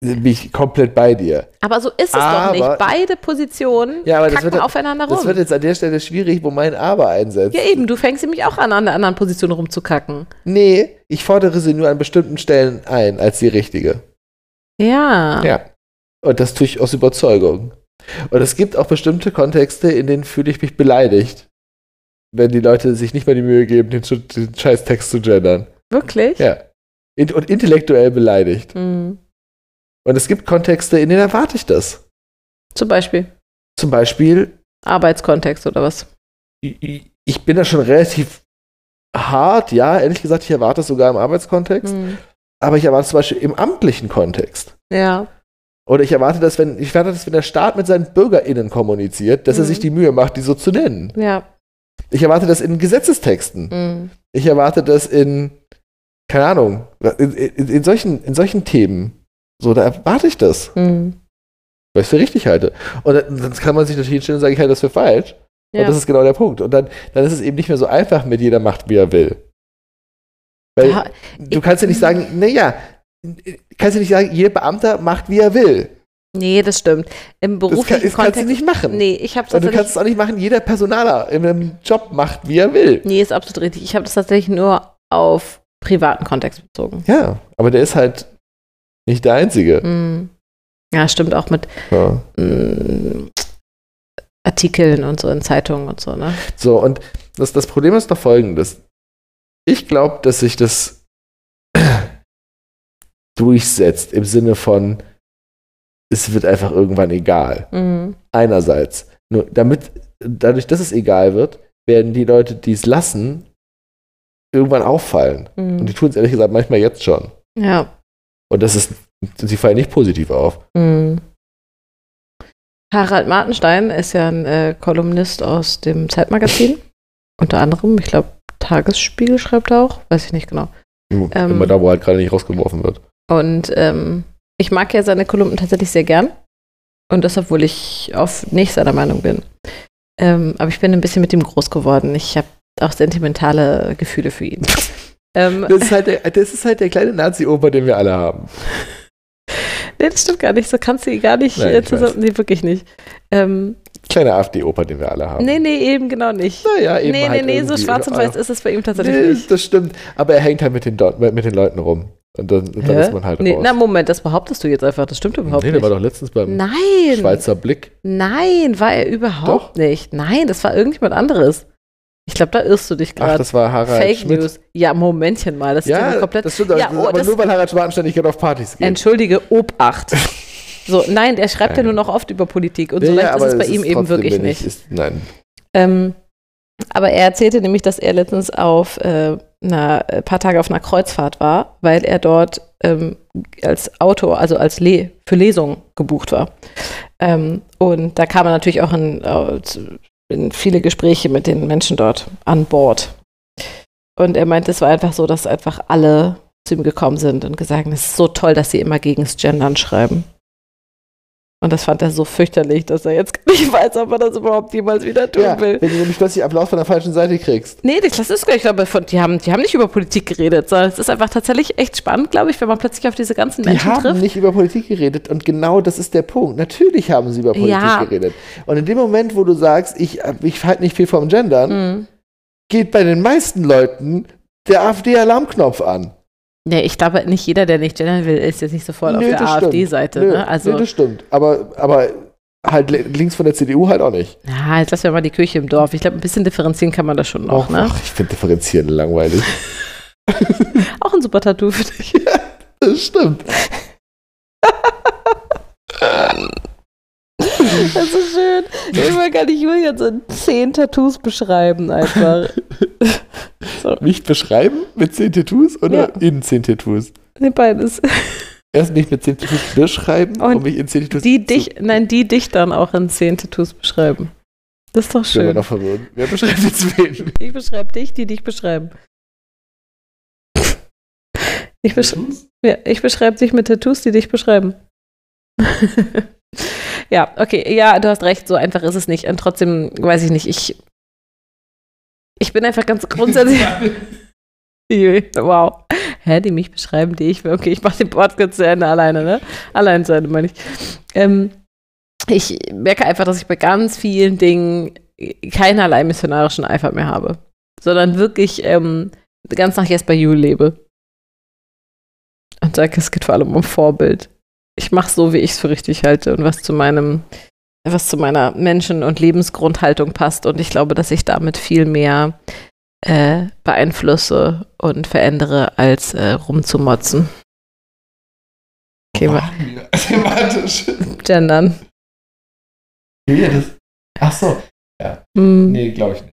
Speaker 3: bin ich komplett bei dir.
Speaker 4: Aber so ist es doch nicht. Beide Positionen kacken aufeinander rum.
Speaker 3: Das wird jetzt an der Stelle schwierig, wo mein Aber einsetzt.
Speaker 4: Ja eben, du fängst nämlich auch an der anderen Position rumzukacken.
Speaker 3: Nee, ich fordere sie nur an bestimmten Stellen ein, als die richtige.
Speaker 4: Ja.
Speaker 3: Ja. Und das tue ich aus Überzeugung. Und es gibt auch bestimmte Kontexte, in denen fühle ich mich beleidigt, wenn die Leute sich nicht mal die Mühe geben, den scheiß Text zu gendern.
Speaker 4: Wirklich?
Speaker 3: Ja. Und intellektuell beleidigt. Und es gibt Kontexte, in denen erwarte ich das.
Speaker 4: Zum Beispiel?
Speaker 3: Zum Beispiel
Speaker 4: Arbeitskontext oder was?
Speaker 3: Ich bin da schon relativ hart, ja, ehrlich gesagt, ich erwarte es sogar im Arbeitskontext, aber ich erwarte es zum Beispiel im amtlichen Kontext.
Speaker 4: Ja.
Speaker 3: Oder ich erwarte das, wenn der Staat mit seinen BürgerInnen kommuniziert, dass er sich die Mühe macht, die so zu nennen.
Speaker 4: Ja.
Speaker 3: Ich erwarte das in Gesetzestexten. Ich erwarte das in, keine Ahnung, in solchen Themen. So, da erwarte ich das. Weil ich es für richtig halte. Und dann kann man sich natürlich hinstellen und sagen, ich halte das für falsch. Ja. Und das ist genau der Punkt. Und dann ist es eben nicht mehr so einfach mit jeder macht, wie er will. Weil du kannst ja nicht sagen, jeder Beamter macht, wie er will.
Speaker 4: Nee, das stimmt. Im beruflichen
Speaker 3: das kannst du nicht machen.
Speaker 4: Nee, ich habe
Speaker 3: Und du kannst es auch nicht machen, jeder Personaler in einem Job macht, wie er will.
Speaker 4: Nee, ist absolut richtig. Ich habe das tatsächlich nur auf privaten Kontext bezogen.
Speaker 3: Ja, aber der ist halt nicht der Einzige.
Speaker 4: Ja, stimmt auch mit Artikeln und so in Zeitungen und so, ne? So,
Speaker 3: und das Problem ist doch folgendes. Ich glaube, dass sich das durchsetzt im Sinne von, es wird einfach irgendwann egal. Einerseits. Nur dadurch, dass es egal wird, werden die Leute, die es lassen, irgendwann auffallen. Und die tun es ehrlich gesagt manchmal jetzt schon.
Speaker 4: Ja.
Speaker 3: Und sie fallen nicht positiv auf.
Speaker 4: Harald Martenstein ist ja ein Kolumnist aus dem Zeitmagazin. Unter anderem, ich glaube, Tagesspiegel schreibt er auch. Weiß ich nicht genau.
Speaker 3: Immer da, wo halt gerade nicht rausgeworfen wird.
Speaker 4: Und ich mag ja seine Kolumnen tatsächlich sehr gern. Und das, obwohl ich oft nicht seiner Meinung bin. Aber ich bin ein bisschen mit ihm groß geworden. Ich habe auch sentimentale Gefühle für ihn.
Speaker 3: Das ist halt der kleine Nazi-Opa, den wir alle haben.
Speaker 4: Nee, das stimmt gar nicht. So kannst du ihn gar nicht zusammen. Nee, wirklich nicht.
Speaker 3: Kleiner AfD-Opa, den wir alle haben.
Speaker 4: Nee, eben genau nicht.
Speaker 3: Naja, eben
Speaker 4: Nee, so schwarz und weiß ist es bei ihm tatsächlich nicht.
Speaker 3: Das stimmt. Aber er hängt halt mit den Leuten rum. Und dann ist man halt raus.
Speaker 4: Na, Moment, das behauptest du jetzt einfach. Das stimmt überhaupt nicht.
Speaker 3: Der war doch letztens beim Schweizer Blick.
Speaker 4: Nein, war er überhaupt nicht. Nein, das war irgendjemand anderes. Ich glaube, da irrst du dich gerade.
Speaker 3: Ach, das war Harald
Speaker 4: Fake
Speaker 3: Schmidt.
Speaker 4: News. Ja, Momentchen mal. Das ist ja komplett.
Speaker 3: Das stimmt, aber nur weil Harald Schwarzenstein nicht gerne auf Partys geht.
Speaker 4: Entschuldige, Obacht. So, nein, der schreibt ja nur noch oft über Politik und so leicht ist es bei ihm eben wirklich nicht.
Speaker 3: Nein.
Speaker 4: Aber er erzählte nämlich, dass er letztens auf ein paar Tage auf einer Kreuzfahrt war, weil er dort als Autor, also für Lesungen gebucht war. Und da kam er natürlich auch in viele Gespräche mit den Menschen dort an Bord. Und er meinte, es war einfach so, dass einfach alle zu ihm gekommen sind und gesagt haben, es ist so toll, dass sie immer gegen das Gendern schreiben. Und das fand er so fürchterlich, dass er jetzt nicht weiß, ob er das überhaupt jemals wieder tun will.
Speaker 3: Wenn du nämlich plötzlich Applaus von der falschen Seite kriegst.
Speaker 4: Nee, das ist, ich glaube, die haben nicht über Politik geredet, sondern es ist einfach tatsächlich echt spannend, glaube ich, wenn man plötzlich auf diese ganzen Menschen trifft. Die haben
Speaker 3: nicht über Politik geredet und genau das ist der Punkt. Natürlich haben sie über Politik geredet. Und in dem Moment, wo du sagst, ich halte nicht viel vom Gendern, geht bei den meisten Leuten der AfD-Alarmknopf an.
Speaker 4: Nee, ich glaube, nicht jeder, der nicht gendern will, ist jetzt nicht sofort auf der AfD-Seite. Ne? Also,
Speaker 3: das stimmt. Aber halt links von der CDU halt auch nicht.
Speaker 4: Ja, jetzt lassen wir mal die Kirche im Dorf. Ich glaube, ein bisschen differenzieren kann man das schon noch. Ne?
Speaker 3: Ach, ich finde differenzieren langweilig.
Speaker 4: Auch ein super Tattoo für dich.
Speaker 3: Ja, das stimmt.
Speaker 4: Das ist schön. Immer kann ich Julian so 10 Tattoos beschreiben einfach.
Speaker 3: So. Mich beschreiben mit 10 Tattoos oder in 10 Tattoos?
Speaker 4: Nee, beides.
Speaker 3: Erst mich mit 10 Tattoos beschreiben und mich in 10 Tattoos
Speaker 4: die dich dann auch in 10 Tattoos beschreiben. Das ist doch schön.
Speaker 3: Ich bin noch verwirrt. Wer beschreibt jetzt wen?
Speaker 4: Ich beschreibe dich, die dich beschreiben. Ich beschreibe dich mit Tattoos, die dich beschreiben. Ja, okay, ja, du hast recht, so einfach ist es nicht. Und trotzdem, weiß ich nicht, ich bin einfach ganz grundsätzlich. Wow. Hä, die mich beschreiben, die ich will. Okay, ich mache den Podcast zu Ende alleine, ne? Allein zu Ende, meine ich. Ich merke einfach, dass ich bei ganz vielen Dingen keinerlei missionarischen Eifer mehr habe. Sondern wirklich ganz nach Yes by You lebe. Und sage, es geht vor allem um Vorbild. Ich mache so, wie ich es für richtig halte und was zu meiner Menschen- und Lebensgrundhaltung passt. Und ich glaube, dass ich damit viel mehr beeinflusse und verändere, als rumzumotzen. Okay,
Speaker 3: thematisch.
Speaker 4: Gendern.
Speaker 3: Ja, ach so. Ja. Nee, glaube ich nicht.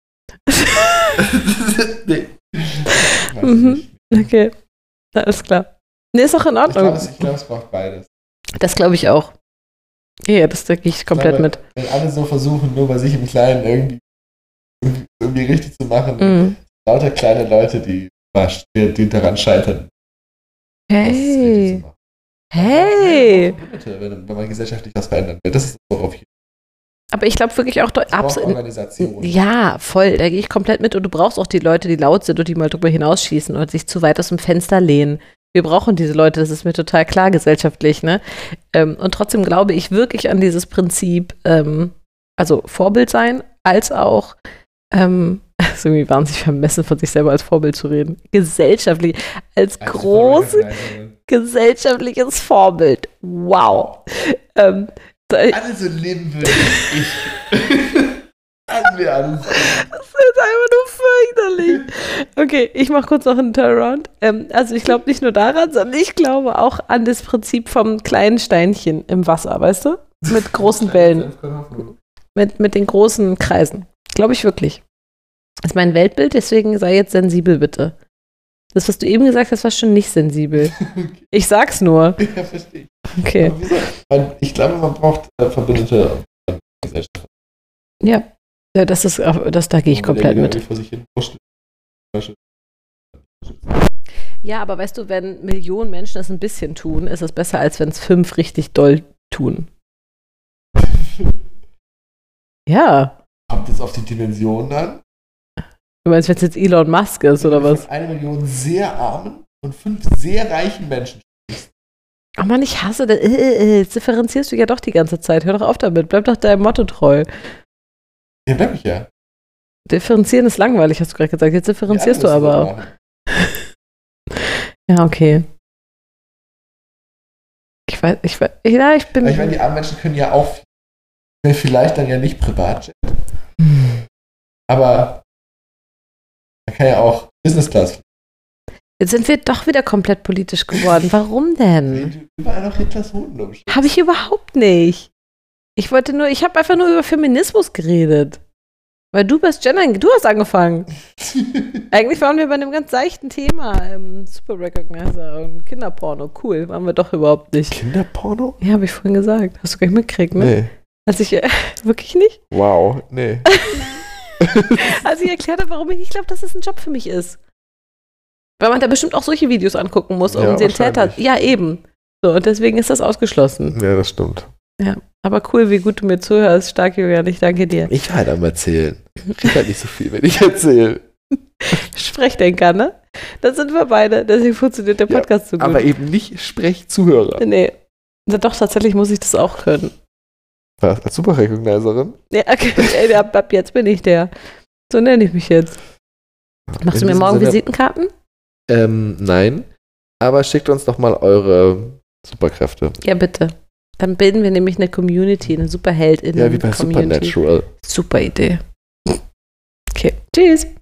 Speaker 3: Nee. Weiß nicht.
Speaker 4: Okay, alles klar. Nee, ist auch in Ordnung.
Speaker 3: Ich glaube, es braucht beides.
Speaker 4: Das glaube ich auch. Ja, das denke ich komplett mit.
Speaker 3: Wenn alle so versuchen, nur bei sich im Kleinen irgendwie richtig zu machen, lauter kleine Leute, die daran scheitern.
Speaker 4: Hey. Hey.
Speaker 3: Wenn man gesellschaftlich was verändern will. Das ist worauf ich.
Speaker 4: Aber ich glaube wirklich auch
Speaker 3: Organisation.
Speaker 4: Ja, voll. Da gehe ich komplett mit. Und du brauchst auch die Leute, die laut sind und die mal drüber hinausschießen und sich zu weit aus dem Fenster lehnen. Wir brauchen diese Leute, das ist mir total klar gesellschaftlich, ne? Und trotzdem glaube ich wirklich an dieses Prinzip, also Vorbild sein, als auch ist irgendwie wahnsinnig vermessen, von sich selber als Vorbild zu reden. Gesellschaftlich, als großes gesellschaftliches Vorbild. Wow.
Speaker 3: Alle so leben würden wie ich. Das wäre alles.
Speaker 4: Das ist einfach nur fürchterlich. Okay, ich mache kurz noch einen Turnaround. Also ich glaube nicht nur daran, sondern ich glaube auch an das Prinzip vom kleinen Steinchen im Wasser, weißt du? Mit großen Wellen. Mit den großen Kreisen. Glaube ich wirklich. Das ist mein Weltbild, deswegen sei jetzt sensibel, bitte. Das, was du eben gesagt hast, war schon nicht sensibel. Okay. Ich sag's nur.
Speaker 3: Ja, verstehe ich.
Speaker 4: Okay.
Speaker 3: Ich glaube, man braucht verbündete Gesellschaft.
Speaker 4: Ja, da gehe ich komplett mit. Ja, aber weißt du, wenn Millionen Menschen es ein bisschen tun, ist es besser, als wenn es 5 richtig doll tun. Ja.
Speaker 3: Kommt jetzt auf die Dimension an?
Speaker 4: Du meinst, wenn es jetzt Elon Musk ist, oder was?
Speaker 3: Von 1 Million sehr armen und 5 sehr reichen Menschen.
Speaker 4: Oh Mann, ich hasse das. Jetzt differenzierst du ja doch die ganze Zeit. Hör doch auf damit. Bleib doch deinem Motto treu.
Speaker 3: Ja, bleib ich ja.
Speaker 4: Differenzieren ist langweilig, hast du gerade gesagt. Jetzt differenzierst du aber auch. Ja, okay. Ich bin. Ich
Speaker 3: meine, die armen Menschen können ja auch vielleicht dann ja nicht Privatjet. Aber man kann ja auch Business Class fliegen.
Speaker 4: Jetzt sind wir doch wieder komplett politisch geworden. Warum denn?
Speaker 3: Wenn du überall noch Hitlers Hoden umschickst.
Speaker 4: Habe ich überhaupt nicht. Ich habe einfach nur über Feminismus geredet. Weil du bist Gendern, du hast angefangen. Eigentlich waren wir bei einem ganz seichten Thema. Super Recognizer und Kinderporno. Cool, waren wir doch überhaupt nicht.
Speaker 3: Kinderporno?
Speaker 4: Ja, habe ich vorhin gesagt. Hast du gar nicht mitgekriegt, ne?
Speaker 3: Nee.
Speaker 4: Als ich, wirklich nicht?
Speaker 3: Wow, nee.
Speaker 4: Als ich erklärt habe, warum ich nicht glaube, dass es ein Job für mich ist. Weil man da bestimmt auch solche Videos angucken muss, um den Täter. Ja, eben. So, und deswegen ist das ausgeschlossen.
Speaker 3: Ja, das stimmt.
Speaker 4: Ja, aber cool, wie gut du mir zuhörst. Stark, Julian, ich danke dir.
Speaker 3: Ich halt am Erzählen. Ich rede halt nicht so viel, wenn ich erzähle.
Speaker 4: Sprechdenker, ne? Das sind wir beide, deswegen funktioniert der Podcast so gut.
Speaker 3: Aber eben nicht Sprechzuhörer.
Speaker 4: Nee. Na doch, tatsächlich muss ich das auch können.
Speaker 3: Was? Als Super-Recognizerin?
Speaker 4: Ja, okay, ab jetzt bin ich der. So nenne ich mich jetzt. Machst du mir morgen Visitenkarten?
Speaker 3: Nein. Aber schickt uns doch mal eure Superkräfte.
Speaker 4: Ja, bitte. Dann bilden wir nämlich eine Community, eine Superheldinnen-Community.
Speaker 3: Ja, wie bei Supernatural.
Speaker 4: Super Idee. Okay, tschüss.